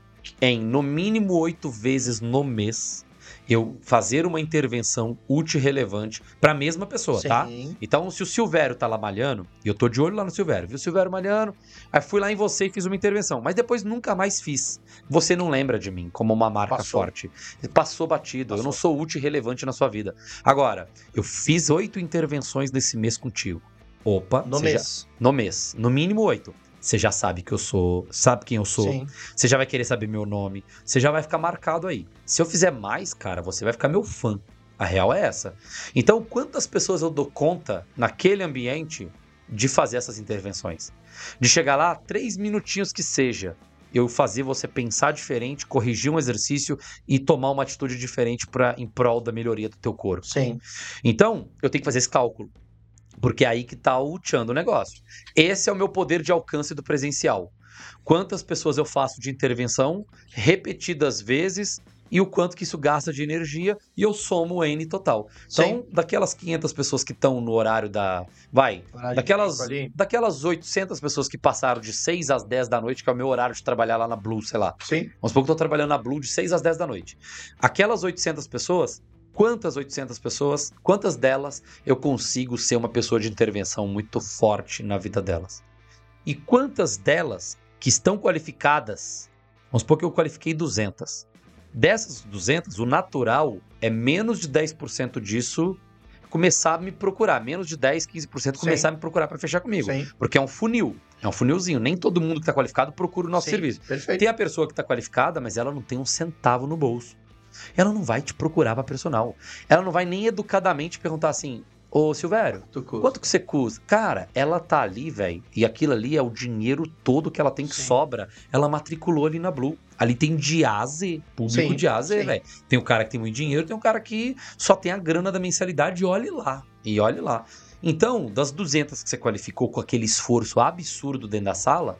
em no mínimo oito vezes no mês, eu fazer uma intervenção útil e relevante para a mesma pessoa, Sim. tá? Então, se o Silvério tá lá malhando, e eu tô de olho lá no Silvério, viu o Silvério malhando, aí fui lá em você e fiz uma intervenção, mas depois nunca mais fiz. Você não lembra de mim como uma marca Passou. forte. Passou batido, Passou. eu não sou útil e relevante na sua vida. Agora, eu fiz oito intervenções nesse mês contigo. Opa. No mês. Já, no mês. No mínimo oito. Você já sabe que eu sou, sabe quem eu sou, Sim. Você já vai querer saber meu nome, você já vai ficar marcado aí. Se eu fizer mais, cara, você vai ficar meu fã. A real é essa. Então, quantas pessoas eu dou conta naquele ambiente de fazer essas intervenções? De chegar lá, três minutinhos que seja, eu fazer você pensar diferente, corrigir um exercício e tomar uma atitude diferente pra, em prol da melhoria do teu corpo. Sim. Então, eu tenho que fazer esse cálculo. Porque é aí que tá o tchan do negócio. Esse é o meu poder de alcance do presencial. Quantas pessoas eu faço de intervenção, repetidas vezes, e o quanto que isso gasta de energia, e eu somo o N total. Então, Sim. daquelas quinhentas pessoas que estão no horário da... Vai, horário daquelas, daquelas oitocentas pessoas que passaram de seis às dez da noite, que é o meu horário de trabalhar lá na Blue, sei lá. Sim. Vamos supor que eu tô trabalhando na Blue de seis às dez da noite. Aquelas oitocentas pessoas... Quantas oitocentas pessoas, quantas delas eu consigo ser uma pessoa de intervenção muito forte na vida delas? E quantas delas que estão qualificadas, vamos supor que eu qualifiquei duzentas. Dessas duzentas, o natural é menos de dez por cento disso começar a me procurar. Menos de dez, quinze por cento começar Sim. a me procurar para fechar comigo. Sim. Porque é um funil. É um funilzinho. Nem todo mundo que está qualificado procura o nosso Sim, serviço. Perfeito. Tem a pessoa que está qualificada, mas ela não tem um centavo no bolso. Ela não vai te procurar para personal. Ela não vai nem educadamente perguntar assim, ô Silvério, quanto que você custa? Cara, ela tá ali, velho, e aquilo ali é o dinheiro todo que ela tem que sim. sobra. Ela matriculou ali na Blue. Ali tem diase, público diase, velho. Tem o cara que tem muito dinheiro, tem o cara que só tem a grana da mensalidade e olhe lá. E olhe lá. Então, das duzentas que você qualificou com aquele esforço absurdo dentro da sala,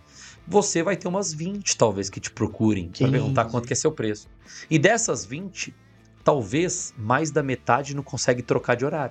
você vai ter umas vinte, talvez, que te procurem para perguntar quanto que é seu preço. E dessas vinte, talvez mais da metade não consegue trocar de horário.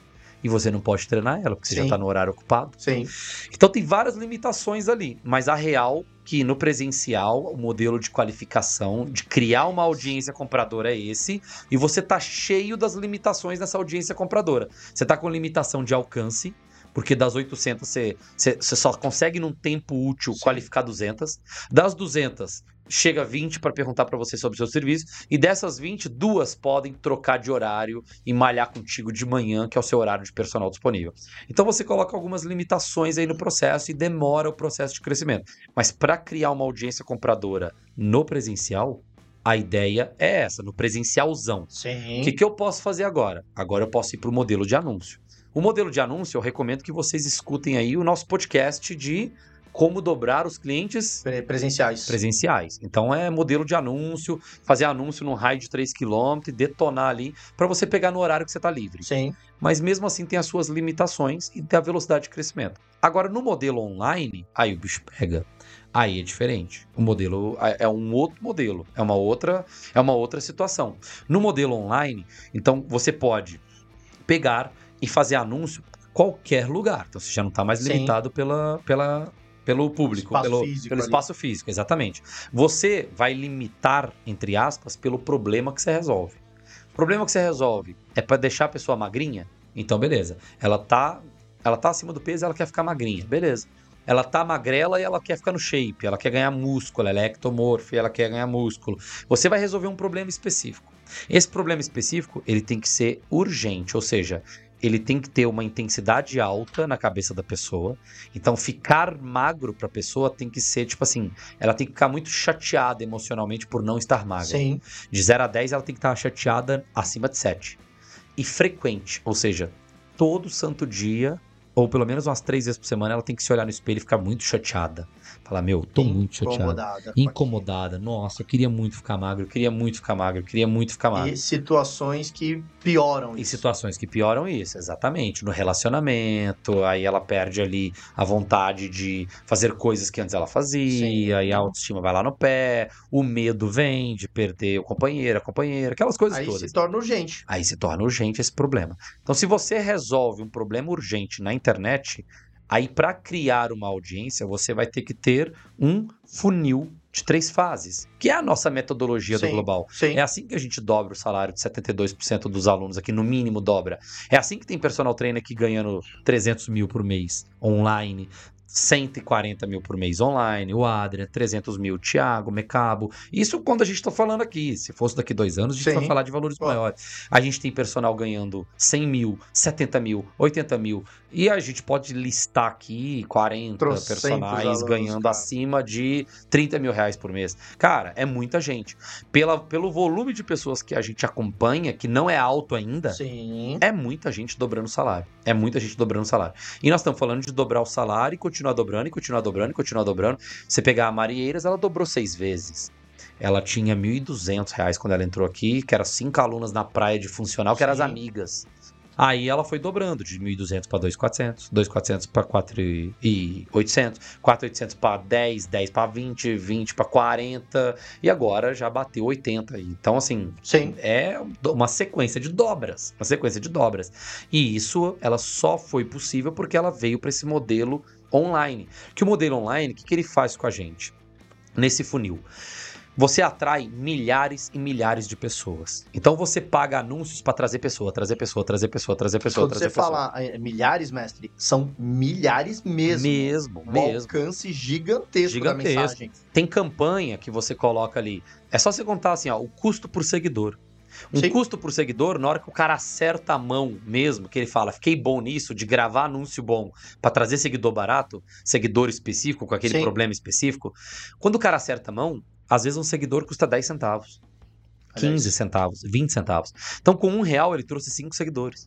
E você não pode treinar ela, porque você Sim. já está no horário ocupado. Sim. Então tem várias limitações ali. Mas a real que no presencial, o modelo de qualificação, de criar uma audiência compradora é esse. E você tá cheio das limitações nessa audiência compradora. Você tá com limitação de alcance, porque das oitocentas você, você, você só consegue num tempo útil Sim. qualificar duzentas. Das duzentas, chega vinte para perguntar para você sobre o seu serviço, e dessas vinte, duas podem trocar de horário e malhar contigo de manhã, que é o seu horário de personal disponível. Então você coloca algumas limitações aí no processo e demora o processo de crescimento. Mas para criar uma audiência compradora no presencial, a ideia é essa, no presencialzão. Sim. O que, que eu posso fazer agora? Agora eu posso ir para o modelo de anúncio. O modelo de anúncio, eu recomendo que vocês escutem aí o nosso podcast de como dobrar os clientes presenciais. presenciais. Então é modelo de anúncio, fazer anúncio num raio de três quilômetros, detonar ali, para você pegar no horário que você está livre. Sim. Mas mesmo assim tem as suas limitações e tem a velocidade de crescimento. Agora, no modelo online, aí o bicho pega. Aí é diferente. O modelo é um outro modelo, é uma outra, é uma outra situação. No modelo online, então você pode pegar e fazer anúncio em qualquer lugar. Então você já não está mais limitado pela, pela, pelo público, espaço pelo, físico pelo ali. espaço físico, exatamente. Você vai limitar, entre aspas, pelo problema que você resolve. O problema que você resolve é para deixar a pessoa magrinha? Então beleza. Ela tá, ela tá acima do peso e ela quer ficar magrinha. Beleza. Ela tá magrela e ela quer ficar no shape, ela quer ganhar músculo, ela é ectomorfa, ela quer ganhar músculo. Você vai resolver um problema específico. Esse problema específico, ele tem que ser urgente, ou seja, ele tem que ter uma intensidade alta na cabeça da pessoa. Então, ficar magro para a pessoa tem que ser, tipo assim, ela tem que ficar muito chateada emocionalmente por não estar magra. Sim. De zero a dez, ela tem que estar chateada acima de sete. E frequente, ou seja, todo santo dia, ou pelo menos umas três vezes por semana, ela tem que se olhar no espelho e ficar muito chateada. Falar, meu, tô muito chateada. Incomodada. Incomodada. Nossa, eu queria muito ficar magro, eu queria muito ficar magro, eu queria muito ficar magro. E situações que pioram E isso. situações que pioram isso, exatamente. No relacionamento, aí ela perde ali a vontade de fazer coisas que antes ela fazia, Sim. aí a autoestima vai lá no pé, o medo vem de perder o companheiro, a companheira, aquelas coisas Aí todas. se torna urgente. Aí se torna urgente esse problema. Então, se você resolve um problema urgente na internet, aí para criar uma audiência, você vai ter que ter um funil de três fases, que é a nossa metodologia Sim, do Global. sim. É assim que a gente dobra o salário de setenta e dois por cento dos alunos aqui, no mínimo dobra. É assim que tem personal trainer aqui ganhando trezentos mil por mês online, cento e quarenta mil por mês online, o Adrian, trezentos mil, o Thiago, o Mecabo. Isso quando a gente está falando aqui. Se fosse daqui dois anos, a gente Sim. vai falar de valores Pô. maiores. A gente tem personal ganhando cem mil, setenta mil, oitenta mil. E a gente pode listar aqui quarenta Trocentos personagens alunos, ganhando cara. acima de trinta mil reais por mês. Cara, é muita gente. Pela, pelo volume de pessoas que a gente acompanha, que não é alto ainda, Sim. é muita gente dobrando o salário. É muita gente dobrando o salário. E nós estamos falando de dobrar o salário e continuar dobrando, e continuar dobrando, e continuar dobrando. Você pegar a Marieiras, ela dobrou seis vezes. Ela tinha mil e duzentos reais quando ela entrou aqui, que eram cinco alunas na praia de funcional, que eram as Sim. amigas. Aí ela foi dobrando de mil e duzentos para dois mil e quatrocentos, dois mil e quatrocentos para quatro mil e oitocentos, quatro mil e oitocentos para dez, dez para vinte, vinte para quarenta, e agora já bateu oitenta. Então, assim, Sim. é uma sequência de dobras, uma sequência de dobras. E isso, ela só foi possível porque ela veio para esse modelo online. Que o modelo online, o que, que ele faz com a gente? Nesse funil. Você atrai milhares e milhares de pessoas. Então você paga anúncios para trazer pessoa, trazer pessoa, trazer pessoa, trazer pessoa, Quando trazer você pessoa. fala é, milhares, mestre, são milhares mesmo. Mesmo, um mesmo. alcance gigantesco, Gigantesco. da mensagem. Tem campanha que você coloca ali. É só você contar assim, ó, o custo por seguidor. Um Sim. custo por seguidor, na hora que o cara acerta a mão mesmo, que ele fala, fiquei bom nisso, de gravar anúncio bom para trazer seguidor barato, seguidor específico, com aquele Sim. problema específico. Quando o cara acerta a mão, às vezes um seguidor custa dez centavos, quinze centavos, vinte centavos. Então, com um real, ele trouxe cinco seguidores.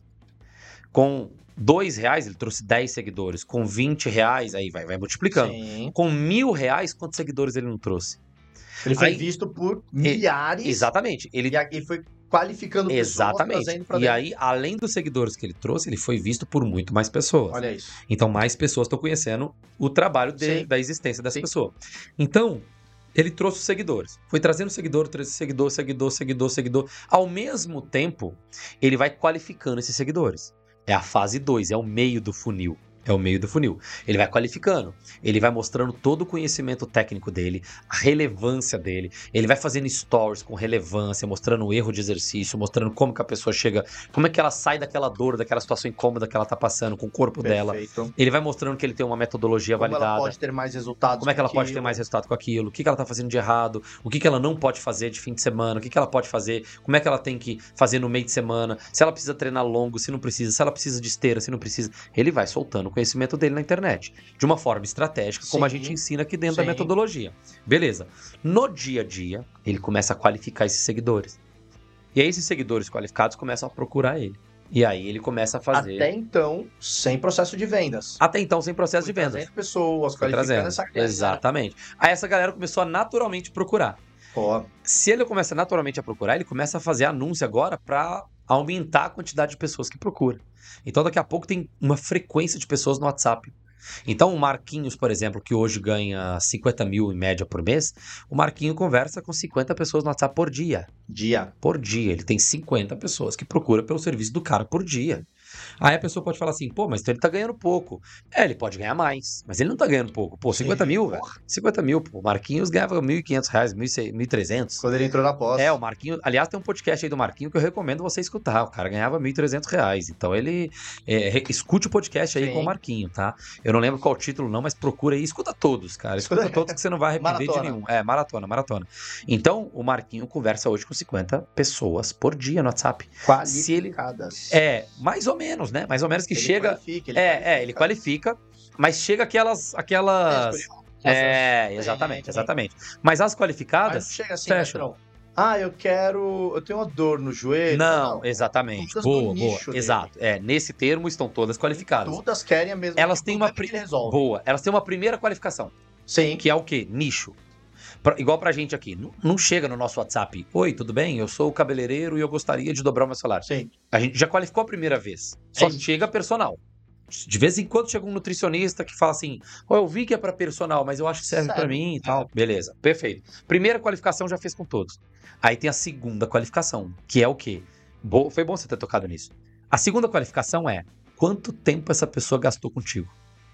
Com dois reais, ele trouxe dez seguidores. Com vinte reais, aí vai, vai multiplicando. Sim. Com mil reais, quantos seguidores ele não trouxe? Ele foi Aí- visto por milhares. Exatamente. Ele E aqui foi qualificando pessoas, exatamente. trazendo pra E dentro. aí, além dos seguidores que ele trouxe, ele foi visto por muito mais pessoas. Olha isso. Então, mais pessoas estão conhecendo o trabalho de, da existência dessa Sim. pessoa. Então, ele trouxe os seguidores. Foi trazendo seguidor, seguidor, seguidor, seguidor, seguidor. Ao mesmo tempo, ele vai qualificando esses seguidores. É a fase dois, é o meio do funil. É o meio do funil. Ele vai qualificando, ele vai mostrando todo o conhecimento técnico dele, a relevância dele, ele vai fazendo stories com relevância, mostrando o erro de exercício, mostrando como que a pessoa chega, como é que ela sai daquela dor, daquela situação incômoda que ela tá passando com o corpo Perfeito. dela. Ele vai mostrando que ele tem uma metodologia Como validada. ela pode ter mais resultados. Como é que ela com pode ter aquilo. mais resultado com aquilo, o que que ela tá fazendo de errado, o que que ela não pode fazer de fim de semana, o que que ela pode fazer, como é que ela tem que fazer no meio de semana, se ela precisa treinar longo, se não precisa, se ela precisa de esteira, se não precisa. Ele vai soltando o conhecimento dele na internet. De uma forma estratégica, como a Sim. gente ensina aqui dentro Sim. da metodologia. Beleza. No dia a dia, ele começa a qualificar esses seguidores. E aí esses seguidores qualificados começam a procurar ele. E aí ele começa a fazer... Até então, sem processo de vendas. Até então, sem processo Foi de vendas. trazendo pessoas, Foi qualificando trazendo. essa galera. Exatamente. Aí essa galera começou a naturalmente procurar. Pô, Se ele começa naturalmente a procurar, ele começa a fazer anúncio agora para aumentar a quantidade de pessoas que procuram. Então daqui a pouco tem uma frequência de pessoas no WhatsApp. Então o Marquinhos, por exemplo, que hoje ganha cinquenta mil em média por mês, o Marquinho conversa com cinquenta pessoas no WhatsApp por dia. dia. Por dia. Ele tem cinquenta pessoas que procuram pelo serviço do cara por dia. Aí a pessoa pode falar assim, pô, mas então ele tá ganhando pouco. É, ele pode ganhar mais, mas ele não tá ganhando pouco. Pô, cinquenta mil, velho. cinquenta mil, pô. O Marquinhos ganhava mil e quinhentos reais, mil e trezentos. Quando ele entrou na pós. É, o Marquinhos... Aliás, tem um podcast aí do Marquinho que eu recomendo você escutar. O cara ganhava mil e trezentos reais. Então ele... É, re- escute o podcast aí Sim. com o Marquinho, tá? Eu não lembro qual o título não, mas procura aí. Escuta todos, cara. Escuta todos que você não vai arrepender de Maratona. nenhum. É, maratona, maratona. Então, o Marquinho conversa hoje com cinquenta pessoas por dia no WhatsApp. Se ele... Qualificadas. É, mais ou menos, né? Mais ou menos que Ele chega... qualifica, ele É, é, ele qualifica, mas chega aquelas... aquelas... É, exatamente, exatamente. Mas as Mas qualificadas... não chega assim, fecha. Mestrão. Ah, eu quero... Eu tenho uma dor no joelho. Não, exatamente. Todas do Boa, boa. nicho dele. Exato. É, nesse termo estão todas qualificadas. Todas querem a mesma Elas têm uma coisa que pri- ele resolve. boa. Elas têm uma primeira qualificação, Sim. que é o quê? Nicho. Pra- igual pra gente aqui. Não, não chega no nosso WhatsApp. Oi, tudo bem? Eu sou o cabeleireiro e eu gostaria de dobrar o meu salário. Sim. A gente já qualificou a primeira vez. Só É isso. chega personal. De vez em quando chega um nutricionista que fala assim: Ó, eu vi que é pra personal, mas eu acho que serve Serve. pra mim e tal. Beleza, perfeito. Primeira qualificação já fez com todos. Aí tem a segunda qualificação, que é o quê? Bo- Foi bom você ter tocado nisso. A segunda qualificação é quanto tempo essa pessoa gastou contigo.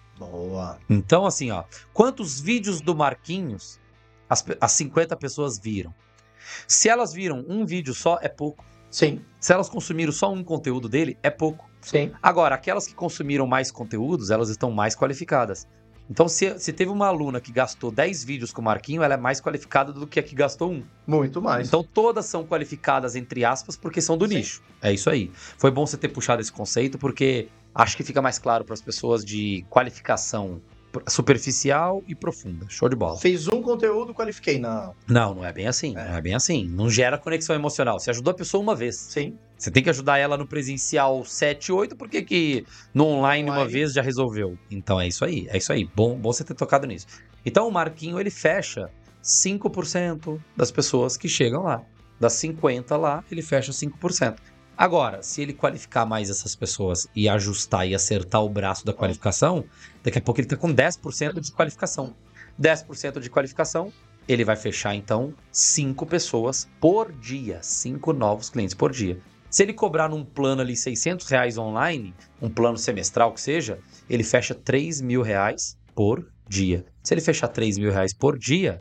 Boa. Então, assim, ó, quantos vídeos do Marquinhos as, pe- as cinquenta pessoas viram? Se elas viram um vídeo só, é pouco. Sim. Se elas consumiram só um conteúdo dele, é pouco. Sim. Agora, aquelas que consumiram mais conteúdos, elas estão mais qualificadas. Então, se, se teve uma aluna que gastou dez vídeos com o Marquinho, ela é mais qualificada do que a que gastou um. Muito mais. Então, todas são qualificadas, entre aspas, porque são do Sim. nicho. É isso aí. Foi bom você ter puxado esse conceito, porque acho que fica mais claro para as pessoas de qualificação superficial e profunda. Show de bola. Fez um conteúdo, qualifiquei. Não. Não, não é bem assim. É. Não é bem assim. Não gera conexão emocional. Você ajudou a pessoa uma vez. Sim. Você tem que ajudar ela no presencial sete, oito, por que que no online uma Online. vez já resolveu? Então é isso aí, é isso aí. Bom, bom você ter tocado nisso. Então o Marquinho, ele fecha cinco por cento das pessoas que chegam lá. Das cinquenta lá, ele fecha cinco por cento. Agora, se ele qualificar mais essas pessoas e ajustar e acertar o braço da qualificação, daqui a pouco ele tá com dez por cento de qualificação. dez por cento de qualificação, ele vai fechar, então, cinco pessoas por dia. cinco novos clientes por dia. Se ele cobrar num plano ali seiscentos reais online, um plano semestral que seja, ele fecha três mil reais por dia. Se ele fechar três mil reais por dia,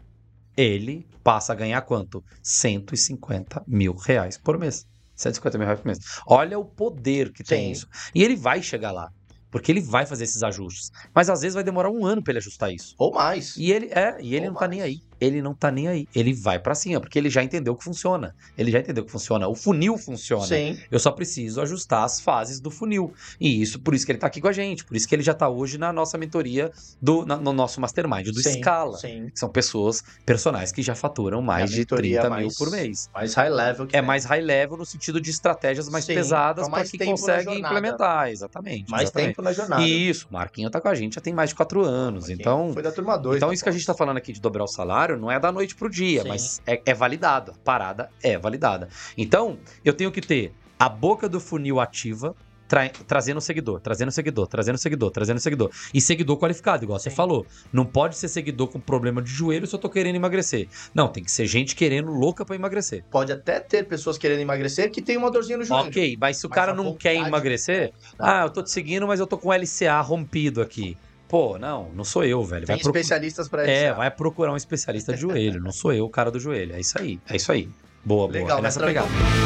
ele passa a ganhar quanto? cento e cinquenta mil reais por mês. cento e cinquenta mil reais por mês. Olha o poder que tem Sim. isso. E ele vai chegar lá, porque ele vai fazer esses ajustes. Mas às vezes vai demorar um ano para ele ajustar isso. Ou mais. E ele é, e ele Ou não tá mais. nem aí. Ele não tá nem aí. Ele vai pra cima, porque ele já entendeu que funciona. Ele já entendeu que funciona. O funil funciona. Sim. Eu só preciso ajustar as fases do funil. E isso, por isso que ele tá aqui com a gente. Por isso que ele já tá hoje na nossa mentoria, do, na- no nosso mastermind do Sim, Scala. Sim. Que são pessoas, personagens que já faturam mais a de mentoria trinta é mil mais- por mês. Mais high level que É tem. mais high level no sentido de estratégias mais Sim, pesadas com para mais quem tempo na consegue jornada. implementar. Exatamente. Mais exatamente. tempo na jornada. Isso, o Marquinho tá com a gente já tem mais de quatro anos. Marquinho Então, Foi da turma dois. então tá isso que a bom. gente tá falando aqui de dobrar o salário Claro, não é da noite pro dia, Sim. mas é, é validado. A parada é validada. Então, eu tenho que ter a boca do funil ativa, tra- trazendo seguidor, trazendo seguidor, trazendo seguidor, trazendo seguidor. E seguidor qualificado, igual Sim. você falou. Não pode ser seguidor com problema de joelho se eu tô querendo emagrecer. Não, tem que ser gente querendo louca pra emagrecer. Pode até ter pessoas querendo emagrecer que tem uma dorzinha no joelho. Ok, mas se o mas cara não quer emagrecer, é, ah, eu tô te seguindo, mas eu tô com L C A rompido aqui. Pô, não, não sou eu, velho. Tem vai procu... especialistas pra L C A. É, vai procurar um especialista de joelho. Não sou eu o cara do joelho. É isso aí, é isso aí. Boa, boa. Legal, é nessa pegada.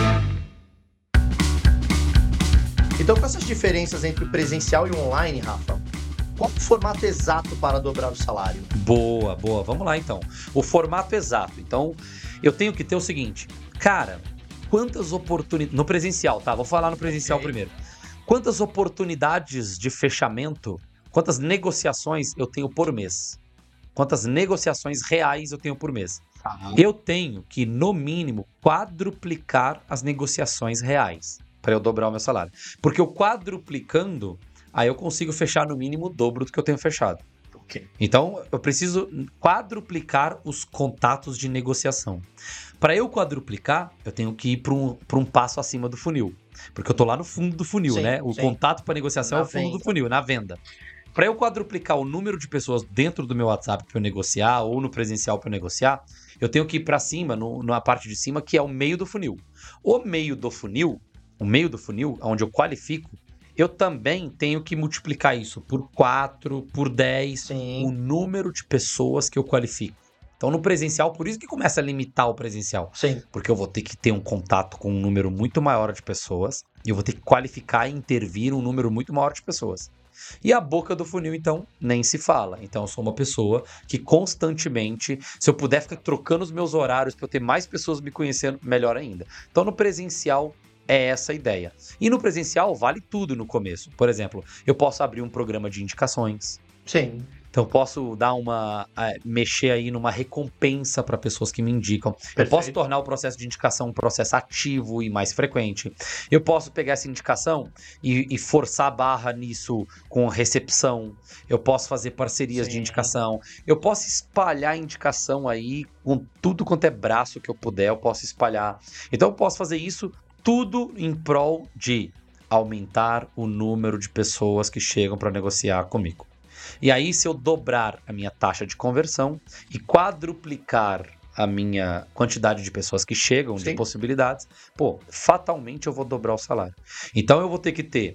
Então, com essas diferenças entre o presencial e o online, Rafa, qual o formato exato para dobrar o salário? Boa, boa. Vamos lá, então. O formato exato. Então, eu tenho que ter o seguinte. Cara, quantas oportunidades... No presencial, tá? Vou falar no presencial okay. primeiro. Quantas oportunidades de fechamento, quantas negociações eu tenho por mês? Quantas negociações reais eu tenho por mês? Uhum. Eu tenho que, no mínimo, quadruplicar as negociações reais para eu dobrar o meu salário. Porque eu quadruplicando, aí eu consigo fechar no mínimo o dobro do que eu tenho fechado. Okay. Então, eu preciso quadruplicar os contatos de negociação. Para eu quadruplicar, eu tenho que ir para um, para um passo acima do funil. Porque eu tô lá no fundo do funil, sim, né? O sim. contato para negociação na é o fundo venda. do funil, na venda. Para eu quadruplicar o número de pessoas dentro do meu WhatsApp para eu negociar ou no presencial para eu negociar, eu tenho que ir para cima, no, na parte de cima, que é o meio do funil. O meio do funil, o meio do funil, onde eu qualifico, eu também tenho que multiplicar isso por quatro, por dez, sim. o número de pessoas que eu qualifico. Então, no presencial, por isso que começa a limitar o presencial. Sim. Porque eu vou ter que ter um contato com um número muito maior de pessoas e eu vou ter que qualificar e intervir um número muito maior de pessoas. E a boca do funil, então, nem se fala. Então, eu sou uma pessoa que constantemente, se eu puder ficar trocando os meus horários para eu ter mais pessoas me conhecendo, melhor ainda. Então, no presencial, é essa a ideia. E no presencial, vale tudo no começo. Por exemplo, eu posso abrir um programa de indicações. Sim. Então, eu posso dar uma... mexer aí numa recompensa para pessoas que me indicam. Perfeito. Eu posso tornar o processo de indicação um processo ativo e mais frequente. Eu posso pegar essa indicação e, e forçar a barra nisso com recepção. Eu posso fazer parcerias Sim. de indicação. Eu posso espalhar a indicação aí com tudo quanto é braço que eu puder, eu posso espalhar. Então, eu posso fazer isso tudo em prol de aumentar o número de pessoas que chegam para negociar comigo. E aí, se eu dobrar a minha taxa de conversão e quadruplicar a minha quantidade de pessoas que chegam, Sim. de possibilidades, pô, fatalmente eu vou dobrar o salário. Então, eu vou ter que ter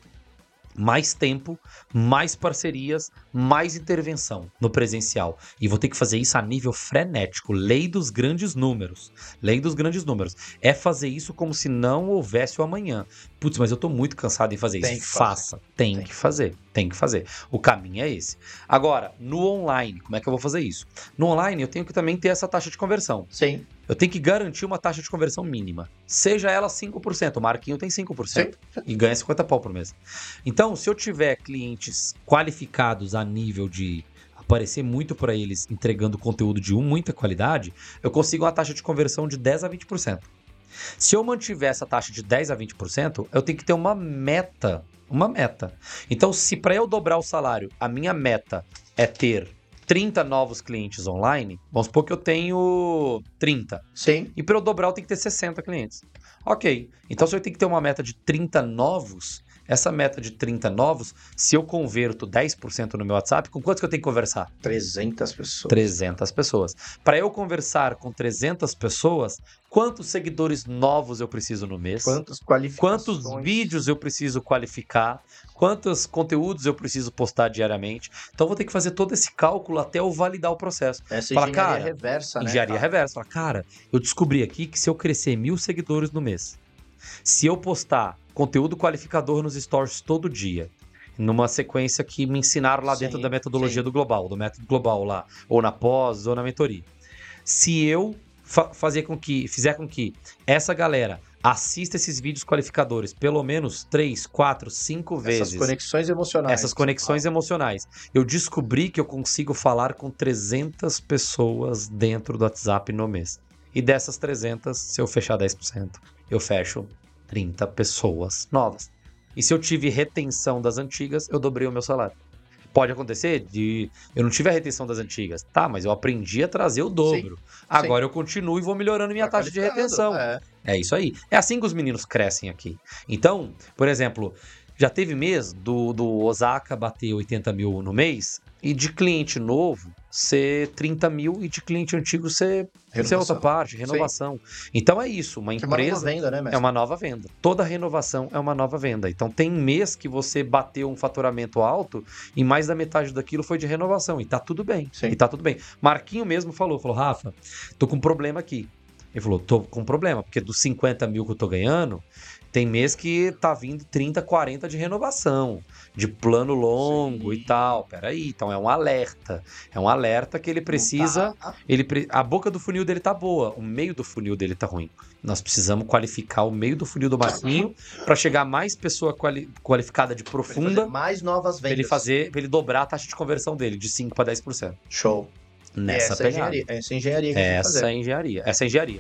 mais tempo, mais parcerias, mais intervenção no presencial. E vou ter que fazer isso a nível frenético. Lei dos grandes números. Lei dos grandes números. É fazer isso como se não houvesse o amanhã. Putz, mas eu tô muito cansado em fazer Tem isso. Faça. Fazer. Tem, Tem que fazer. Tem que fazer. O caminho é esse. Agora, no online, como é que eu vou fazer isso? No online, eu tenho que também ter essa taxa de conversão. Sim. Eu tenho que garantir uma taxa de conversão mínima. Seja ela cinco por cento. O Marquinho tem cinco por cento. Sim. E ganha cinquenta pau por mês. Então, se eu tiver clientes qualificados a nível de aparecer muito para eles entregando conteúdo de muita qualidade, eu consigo uma taxa de conversão de dez a vinte por cento. Se eu mantiver essa taxa de dez a vinte por cento, eu tenho que ter uma meta. Uma meta. Então, se para eu dobrar o salário, a minha meta é ter trinta novos clientes online, vamos supor que eu tenho trinta. Sim. E para eu dobrar, eu tenho que ter sessenta clientes. Ok. Então, se eu tenho que ter uma meta de trinta novos, essa meta de trinta novos, se eu converto dez por cento no meu WhatsApp, com quantos que eu tenho que conversar? trezentas pessoas. trezentas pessoas. Para eu conversar com trezentas pessoas, quantos seguidores novos eu preciso no mês? Quantas qualificações? Quantos vídeos eu preciso qualificar? Quantos conteúdos eu preciso postar diariamente? Então, eu vou ter que fazer todo esse cálculo até eu validar o processo. Essa Fala, engenharia cara, reversa, né? Engenharia cara? reversa. Fala, cara, eu descobri aqui que se eu crescer mil seguidores no mês, se eu postar conteúdo qualificador nos stories todo dia, numa sequência que me ensinaram lá sim, dentro da metodologia sim. do Global, do método Global lá, ou na pós, ou na mentoria. Se eu fa- fazer com que, fizer com que essa galera assista esses vídeos qualificadores pelo menos três, quatro, cinco vezes. Essas conexões emocionais. Essas conexões emocionais. Eu descobri que eu consigo falar com trezentas pessoas dentro do WhatsApp no mês. E dessas trezentas, se eu fechar dez por cento, eu fecho trinta pessoas novas. E se eu tive retenção das antigas, eu dobrei o meu salário. Pode acontecer de... Eu não tive a retenção das antigas. Tá, mas eu aprendi a trazer o dobro. Sim, Agora sim. eu continuo e vou melhorando minha taxa de retenção. É. é isso aí. É assim que os meninos crescem aqui. Então, por exemplo, já teve mês do, do Osaka bater oitenta mil no mês e de cliente novo ser trinta mil e de cliente antigo ser, ser outra parte, renovação. Sim. Então é isso, uma empresa... É uma nova venda, né, mestre? É uma nova venda. Toda renovação é uma nova venda. Então tem mês que você bateu um faturamento alto e mais da metade daquilo foi de renovação. E tá tudo bem. Sim. E tá tudo bem. Marquinho mesmo falou, falou, Rafa, tô com um problema aqui. Ele falou, tô com um problema, porque dos cinquenta mil que eu tô ganhando, tem mês que tá vindo trinta, quarenta de renovação, de plano longo. Sim. E tal. Peraí, então é um alerta. É um alerta que ele precisa... Tá. Ele, a boca do funil dele tá boa, o meio do funil dele tá ruim. Nós precisamos qualificar o meio do funil do Marquinho para chegar mais pessoa quali, qualificada de profunda. Mais novas vendas. Pra ele, fazer, pra ele dobrar a taxa de conversão dele, de cinco para dez por cento. Show. Nessa essa pegada. Engenharia, essa engenharia que a gente essa fazer. engenharia. Essa é engenharia.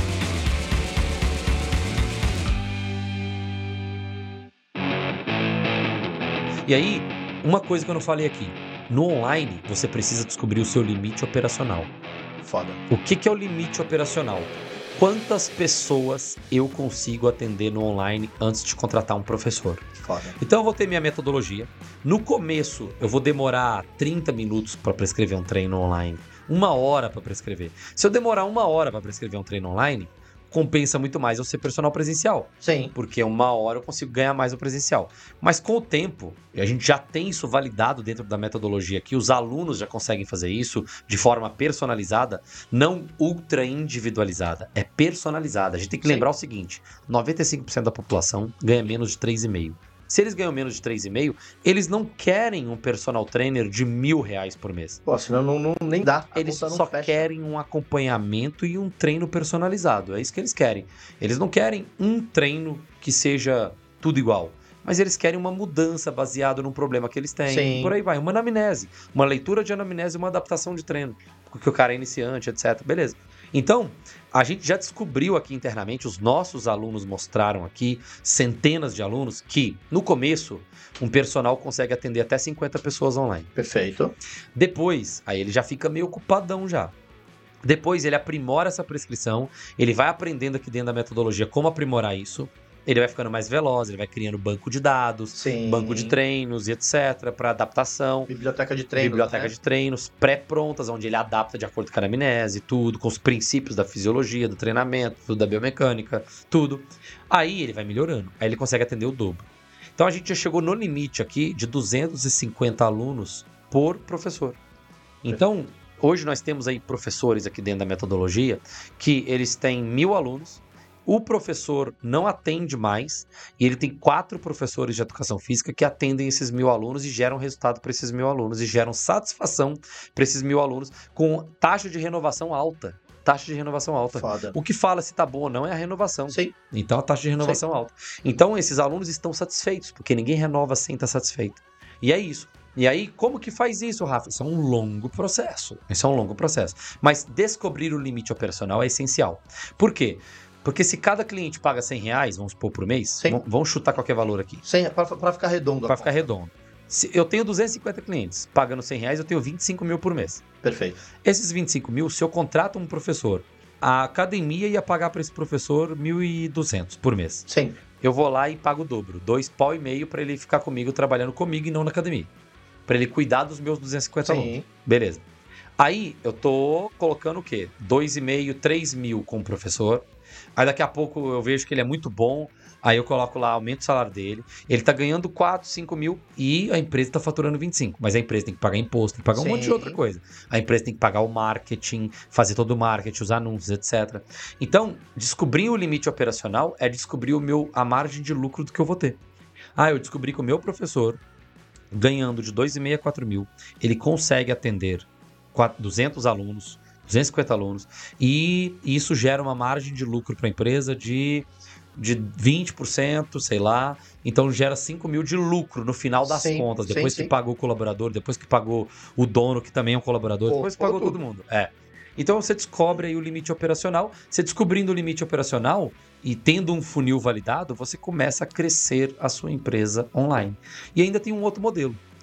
E aí, uma coisa que eu não falei aqui. No online, você precisa descobrir o seu limite operacional. Foda. O que, que é o limite operacional? Quantas pessoas eu consigo atender no online antes de contratar um professor? Foda. Então eu vou ter minha metodologia. No começo, eu vou demorar trinta minutos para prescrever um treino online. Uma hora para prescrever. Se eu demorar uma hora para prescrever um treino online, compensa muito mais eu ser personal presencial. Sim. Porque uma hora eu consigo ganhar mais no presencial. Mas com o tempo, e a gente já tem isso validado dentro da metodologia aqui, os alunos já conseguem fazer isso de forma personalizada, não ultra individualizada, é personalizada. A gente tem que Sim. lembrar o seguinte, noventa e cinco por cento da população ganha menos de três vírgula cinco. Se eles ganham menos de três vírgula cinco, eles não querem um personal trainer de mil reais por mês. Pô, senão não, não, nem dá. Eles só querem um acompanhamento e um treino personalizado. É isso que eles querem. Eles não querem um treino que seja tudo igual. Mas eles querem uma mudança baseada num problema que eles têm. Sim. Por aí vai. Uma anamnese. Uma leitura de anamnese e uma adaptação de treino. Porque o cara é iniciante, etcétera. Beleza. Então, a gente já descobriu aqui internamente, os nossos alunos mostraram aqui, centenas de alunos, que no começo um personal consegue atender até cinquenta pessoas online. Perfeito. Depois, aí ele já fica meio ocupadão já. Depois ele aprimora essa prescrição, ele vai aprendendo aqui dentro da metodologia como aprimorar isso. Ele vai ficando mais veloz, ele vai criando banco de dados, Sim. banco de treinos e etcétera para adaptação. Biblioteca de treinos, Biblioteca né? de treinos pré-prontas, onde ele adapta de acordo com a anamnese, tudo, com os princípios da fisiologia, do treinamento, tudo da biomecânica, tudo. Aí ele vai melhorando, aí ele consegue atender o dobro. Então a gente já chegou no limite aqui de duzentos e cinquenta alunos por professor. Então, hoje nós temos aí professores aqui dentro da metodologia que eles têm mil alunos. O professor não atende mais e ele tem quatro professores de educação física que atendem esses mil alunos e geram resultado para esses mil alunos e geram satisfação para esses mil alunos com taxa de renovação alta. Taxa de renovação alta. Foda. O que fala se tá bom ou não é a renovação. Sim. Então a taxa de renovação Sim. alta. Então esses alunos estão satisfeitos, porque ninguém renova sem estar satisfeito. E é isso. E aí, como que faz isso, Rafa? Isso é um longo processo. Isso é um longo processo. Mas descobrir o limite operacional é essencial. Por quê? Porque se cada cliente paga cem reais, vamos supor, por mês, Sim. vamos chutar qualquer valor aqui. Para ficar redondo. Para ficar redondo. Se eu tenho duzentos e cinquenta clientes pagando cem reais, eu tenho vinte e cinco mil por mês. Perfeito. Esses vinte e cinco mil, se eu contrato um professor, a academia ia pagar para esse professor mil e duzentos por mês. Sim. Eu vou lá e pago o dobro, dois pau e meio para ele ficar comigo, trabalhando comigo e não na academia. Para ele cuidar dos meus duzentos e cinquenta Sim. alunos. Beleza. Aí eu tô colocando o quê? dois e meio, três mil com o professor. Aí daqui a pouco eu vejo que ele é muito bom, aí eu coloco lá, aumento o salário dele, ele tá ganhando quatro, cinco mil e a empresa tá faturando vinte e cinco, mas a empresa tem que pagar imposto, tem que pagar Sim. um monte de outra coisa. A empresa tem que pagar o marketing, fazer todo o marketing, os anúncios, etcétera. Então, descobrir o limite operacional é descobrir o meu, a margem de lucro do que eu vou ter. Ah, eu descobri que o meu professor, ganhando de dois e meio a quatro mil, ele consegue atender duzentos alunos, duzentos e cinquenta alunos, e isso gera uma margem de lucro para a empresa de, de vinte por cento, sei lá, então gera cinco mil de lucro no final das sim, contas, depois sim, que sim. pagou o colaborador, depois que pagou o dono, que também é um colaborador, Pô, depois que pagou tudo. todo mundo. É. Então você descobre aí o limite operacional, você descobrindo o limite operacional e tendo um funil validado, você começa a crescer a sua empresa online. E ainda tem um outro modelo,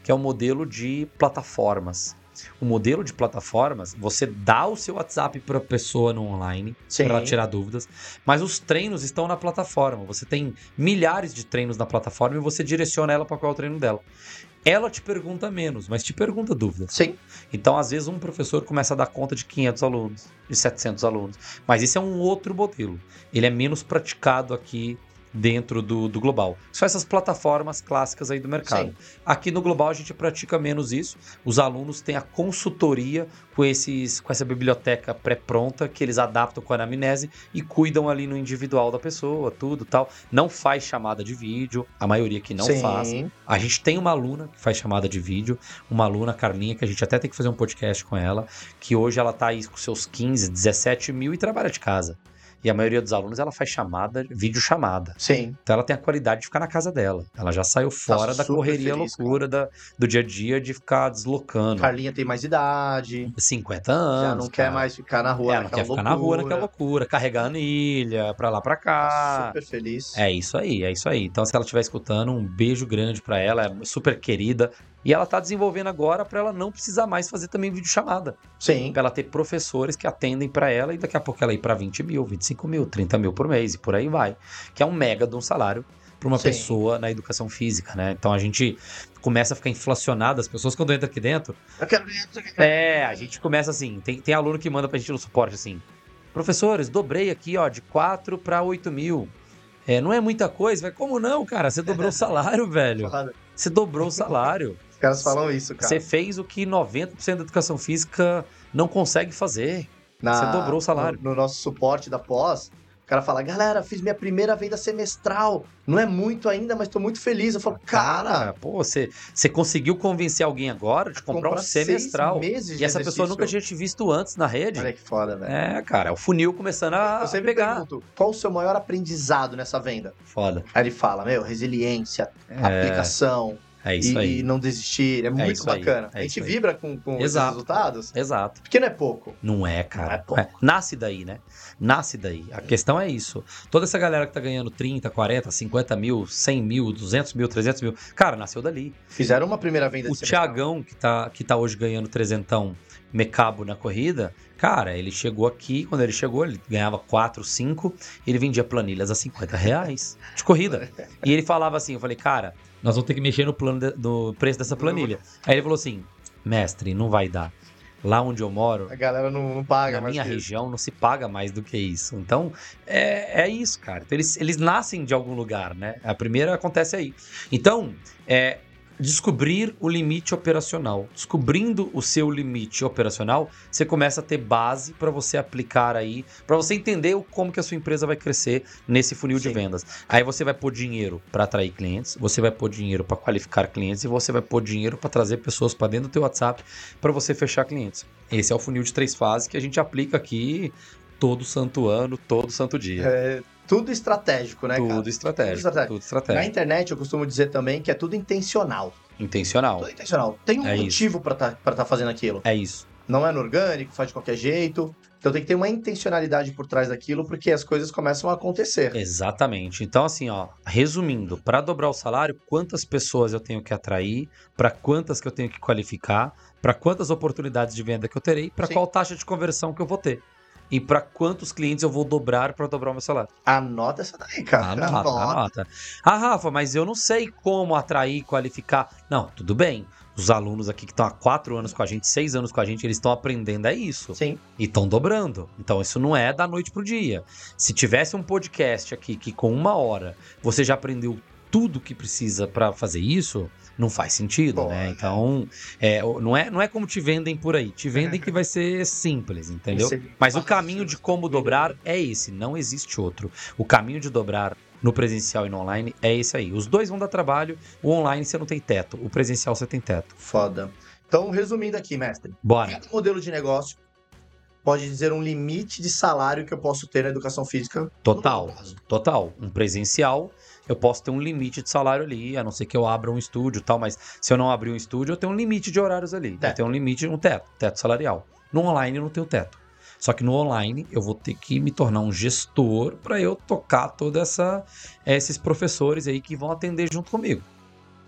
que é o modelo de plataformas. O modelo de plataformas, você dá o seu WhatsApp para a pessoa no online, para ela tirar dúvidas, mas os treinos estão na plataforma. Você tem milhares de treinos na plataforma e você direciona ela para qual é o treino dela. Ela te pergunta menos, mas te pergunta dúvidas. Sim. Então, às vezes, um professor começa a dar conta de quinhentos alunos, de setecentos alunos. Mas esse é um outro modelo. Ele é menos praticado aqui dentro do, do Global. São essas plataformas clássicas aí do mercado. Sim. Aqui no Global a gente pratica menos isso. Os alunos têm a consultoria com, esses, com essa biblioteca pré-pronta que eles adaptam com a anamnese e cuidam ali no individual da pessoa, tudo tal. Não faz chamada de vídeo, a maioria que não Sim. faz. A gente tem uma aluna que faz chamada de vídeo, uma aluna, Carlinha, que a gente até tem que fazer um podcast com ela, que hoje ela tá aí com seus quinze, dezessete mil e trabalha de casa. E a maioria dos alunos, ela faz chamada, videochamada. Sim. Então ela tem a qualidade de ficar na casa dela. Ela já saiu fora tá da correria feliz, loucura da, do dia a dia de ficar deslocando. Carlinha tem mais idade. cinquenta anos. Já não cara. quer mais ficar na rua é, não quer loucura. ficar na rua naquela loucura. Carregar anilha, pra lá, pra cá. Tá super feliz. É isso aí, é isso aí. Então se ela estiver escutando, um beijo grande pra ela. É super querida. E ela tá desenvolvendo agora para ela não precisar mais fazer também videochamada. Sim. Pra ela ter professores que atendem para ela e daqui a pouco ela ir para vinte mil, vinte e cinco mil, trinta mil por mês e por aí vai. Que é um mega de um salário para uma Sim. pessoa na educação física, né? Então a gente começa a ficar inflacionado, as pessoas quando entram aqui dentro... Eu quero ver isso aqui. É, a gente começa assim, tem, tem aluno que manda pra gente no suporte assim, professores, dobrei aqui ó, de quatro para oito mil. É, não é muita coisa, mas como não, cara? Você dobrou o salário, velho. Você dobrou o salário. Os caras falam isso, cara. Você fez o que noventa por cento da educação física não consegue fazer. Na, você dobrou o salário. No, no nosso suporte da pós, o cara fala, galera, fiz minha primeira venda semestral. Não é muito ainda, mas tô muito feliz. Eu falo, cara... cara pô, você, você conseguiu convencer alguém agora de comprar, comprar um semestral. Meses de e essa exercício. pessoa nunca tinha te visto antes na rede. Olha que foda, velho. É, cara, é o funil começando a Eu sempre pegar. pergunto, qual o seu maior aprendizado nessa venda? Foda. Aí ele fala, meu, resiliência, é... aplicação... É isso e aí. não desistir, é, é muito bacana. É a gente vibra com, com esses resultados. Exato. Porque não é pouco. Não é, cara. Não é pouco. É. Nasce daí, né? Nasce daí. A questão é isso. Toda essa galera que tá ganhando trinta, quarenta, cinquenta mil, cem mil, duzentos mil, trezentos mil, cara, nasceu dali. Fizeram uma primeira venda de O Thiagão, que tá, que tá hoje ganhando trezentão mecabo na corrida, cara, ele chegou aqui, quando ele chegou, ele ganhava quatro, cinco, ele vendia planilhas a cinquenta reais de corrida. E ele falava assim, eu falei, cara, nós vamos ter que mexer no, plano de, no preço dessa planilha. Aí ele falou assim, mestre, não vai dar. Lá onde eu moro, a galera não, não paga na mais. Na minha região não se paga mais do que isso. Então, é, é isso, cara. Então, eles, eles nascem de algum lugar, né? A primeira acontece aí. Então, é... descobrir o limite operacional. Descobrindo o seu limite operacional, você começa a ter base para você aplicar aí, para você entender como que a sua empresa vai crescer nesse funil Sim. de vendas. Aí você vai pôr dinheiro para atrair clientes, você vai pôr dinheiro para qualificar clientes e você vai pôr dinheiro para trazer pessoas para dentro do teu WhatsApp para você fechar clientes. Esse é o funil de três fases que a gente aplica aqui todo santo ano, todo santo dia. É... Tudo estratégico, né, tudo cara? Estratégico, tudo estratégico. Tudo estratégico. Na internet eu costumo dizer também que é tudo intencional. Intencional. Tudo intencional. Tem um é motivo para tá, pra tá fazendo aquilo. É isso. Não é no orgânico, faz de qualquer jeito. Então tem que ter uma intencionalidade por trás daquilo, porque as coisas começam a acontecer. Exatamente. Então assim, ó, resumindo, para dobrar o salário, quantas pessoas eu tenho que atrair, para quantas que eu tenho que qualificar, para quantas oportunidades de venda que eu terei, para qual taxa de conversão que eu vou ter. E para quantos clientes eu vou dobrar para dobrar o meu salário. Anota essa daí, cara. Anota, anota. anota. Ah, Rafa, mas eu não sei como atrair, qualificar. Não, tudo bem. Os alunos aqui que estão há quatro anos com a gente, seis anos com a gente, eles estão aprendendo é isso. Sim. E estão dobrando. Então isso não é da noite pro dia. Se tivesse um podcast aqui que com uma hora você já aprendeu tudo que precisa para fazer isso... não faz sentido, Pô, né? Então, é, não, é, não é como te vendem por aí. Te vendem que vai ser simples, entendeu? Mas o caminho de como dobrar é esse, não existe outro. O caminho de dobrar no presencial e no online é esse aí. Os dois vão dar trabalho, o online você não tem teto, o presencial você tem teto. Foda. Então, resumindo aqui, mestre. Bora. Cada modelo de negócio pode dizer um limite de salário que eu posso ter na educação física? Total, total. Um presencial... eu posso ter um limite de salário ali, a não ser que eu abra um estúdio e tal, mas se eu não abrir um estúdio, eu tenho um limite de horários ali. Teto. Eu tenho um limite, um teto, teto salarial. No online eu não tenho teto. Só que no online eu vou ter que me tornar um gestor para eu tocar toda essa esses professores aí que vão atender junto comigo.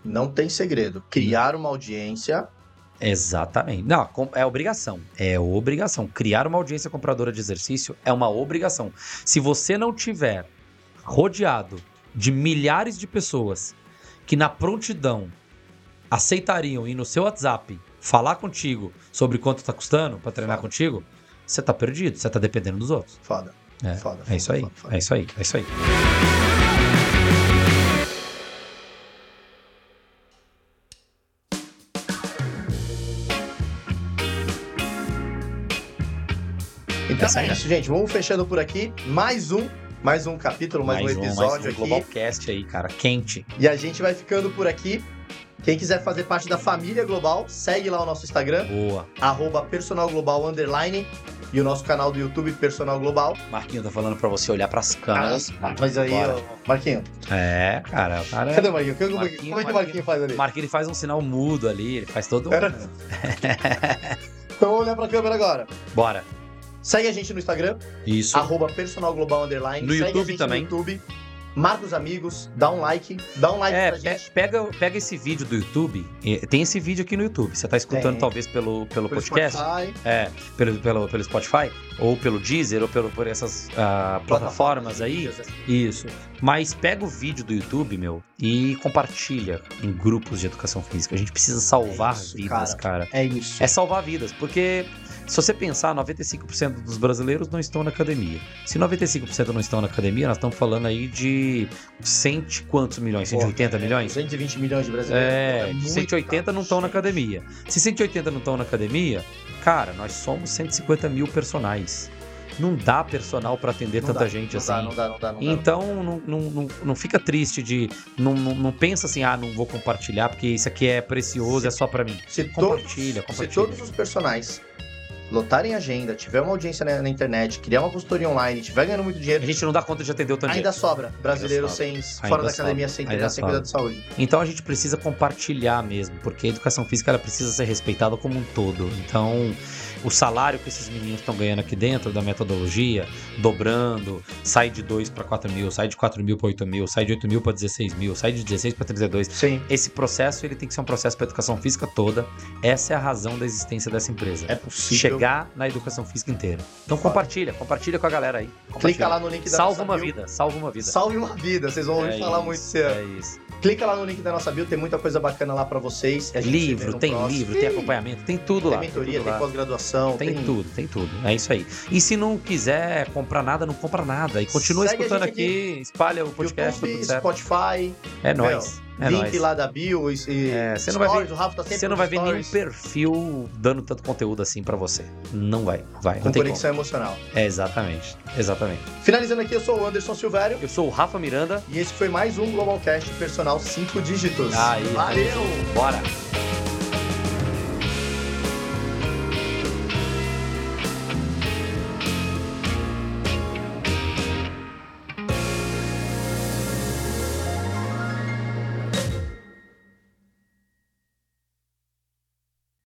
Não tem segredo. Criar uma audiência... Exatamente. Não, é obrigação. É obrigação. Criar uma audiência compradora de exercício é uma obrigação. Se você não tiver rodeado de milhares de pessoas que na prontidão aceitariam ir no seu WhatsApp falar contigo sobre quanto tá custando pra treinar foda. Contigo, você tá perdido, você tá dependendo dos outros. Foda. É, foda, é foda, isso aí, foda, foda. é isso aí, é isso aí. Então é isso, gente. Vamos fechando por aqui. Mais um, mais um capítulo, mais, mais um episódio mais um aqui. Globalcast aí, cara, quente. E a gente vai ficando por aqui. Quem quiser fazer parte da família Global, segue lá o nosso Instagram. Boa. Arroba Personal Global Underline. E o nosso canal do YouTube, Personal Global. Marquinho tá falando pra você olhar pras câmeras. Ah, mas aí, ó, Marquinho. É, cara. O cara Cadê o Marquinho? Como, Marquinho, como é que o Marquinho faz ali? Marquinho ele faz um sinal mudo ali, ele faz todo um... Então vamos olhar pra câmera agora. Bora. Segue a gente no Instagram. Isso. Arroba Personal Global Underline. No Segue YouTube a gente também. No YouTube. Marca os amigos, dá um like, dá um like é, pra gente. Pega, pega esse vídeo do YouTube, tem esse vídeo aqui no YouTube, você tá escutando tem. talvez pelo, pelo, pelo podcast, Spotify. É, pelo, pelo, pelo Spotify, ou pelo Deezer, ou pelo, por essas uh, plataformas aí, isso. Mas pega o vídeo do YouTube, meu, e compartilha em grupos de educação física. A gente precisa salvar é isso, vidas, cara. cara. É isso. É salvar vidas, porque... Se você pensar, noventa e cinco por cento dos brasileiros não estão na academia. Se noventa e cinco por cento não estão na academia, nós estamos falando aí de cento e quantos milhões? cento e oitenta Pô, milhões? duzentos e vinte milhões de brasileiros. É, é cento e oitenta não estão na academia. Se cento e oitenta não estão na academia, cara, nós somos cento e cinquenta mil personagens. Não dá personal para atender não tanta dá, gente não assim. Dá, não dá, não dá, não então, dá. Não, não, não, não fica triste de... Não, não, não pensa assim, ah, não vou compartilhar porque isso aqui é precioso, se, é só para mim. Se compartilha, todos, compartilha. Se todos os personagens lotarem a agenda, tiver uma audiência na, na internet, criar uma consultoria online, tiver ganhando muito dinheiro... A gente não dá conta de atender o tanto Ainda sobra. Brasileiro sem, fora da academia, sem treinar, sem cuidar de saúde. Então a gente precisa compartilhar mesmo, porque a educação física ela precisa ser respeitada como um todo. Então... O salário que esses meninos estão ganhando aqui dentro da metodologia, dobrando, sai de dois para quatro mil, sai de quatro mil para oito mil, sai de oito mil para dezesseis mil, sai de dezesseis para trinta e dois. Sim. Esse processo ele tem que ser um processo para a educação física toda. Essa é a razão da existência dessa empresa. É possível. Chegar na educação física inteira. Então compartilha, compartilha com a galera aí. Clica lá no link da salva nossa uma bio. vida, salva uma vida. Salve uma vida, vocês vão ouvir é falar isso, muito cedo. É isso. Clica lá no link da nossa bio, tem muita coisa bacana lá pra vocês. Livro, tem próximo. livro, tem acompanhamento, tem tudo tem lá. Mentoria, tem, tem pós-graduação. Tem, tem tudo, tem tudo. É isso aí. E se não quiser comprar nada, não compra nada. E continua Segue escutando aqui, aqui, espalha o podcast. YouTube, tudo certo. Spotify. É nóis. É link nóis. lá da bio e, e é, você stories, não vai ver, o Rafa tá sempre você não vai ver stories. nenhum perfil dando tanto conteúdo assim pra você. Não vai, vai. Com não tem conexão como. emocional. É, exatamente, exatamente. Finalizando aqui, eu sou o Anderson Silvério. Eu sou o Rafa Miranda. E esse foi mais um Globalcast Personal cinco dígitos. Aí, valeu! Bora!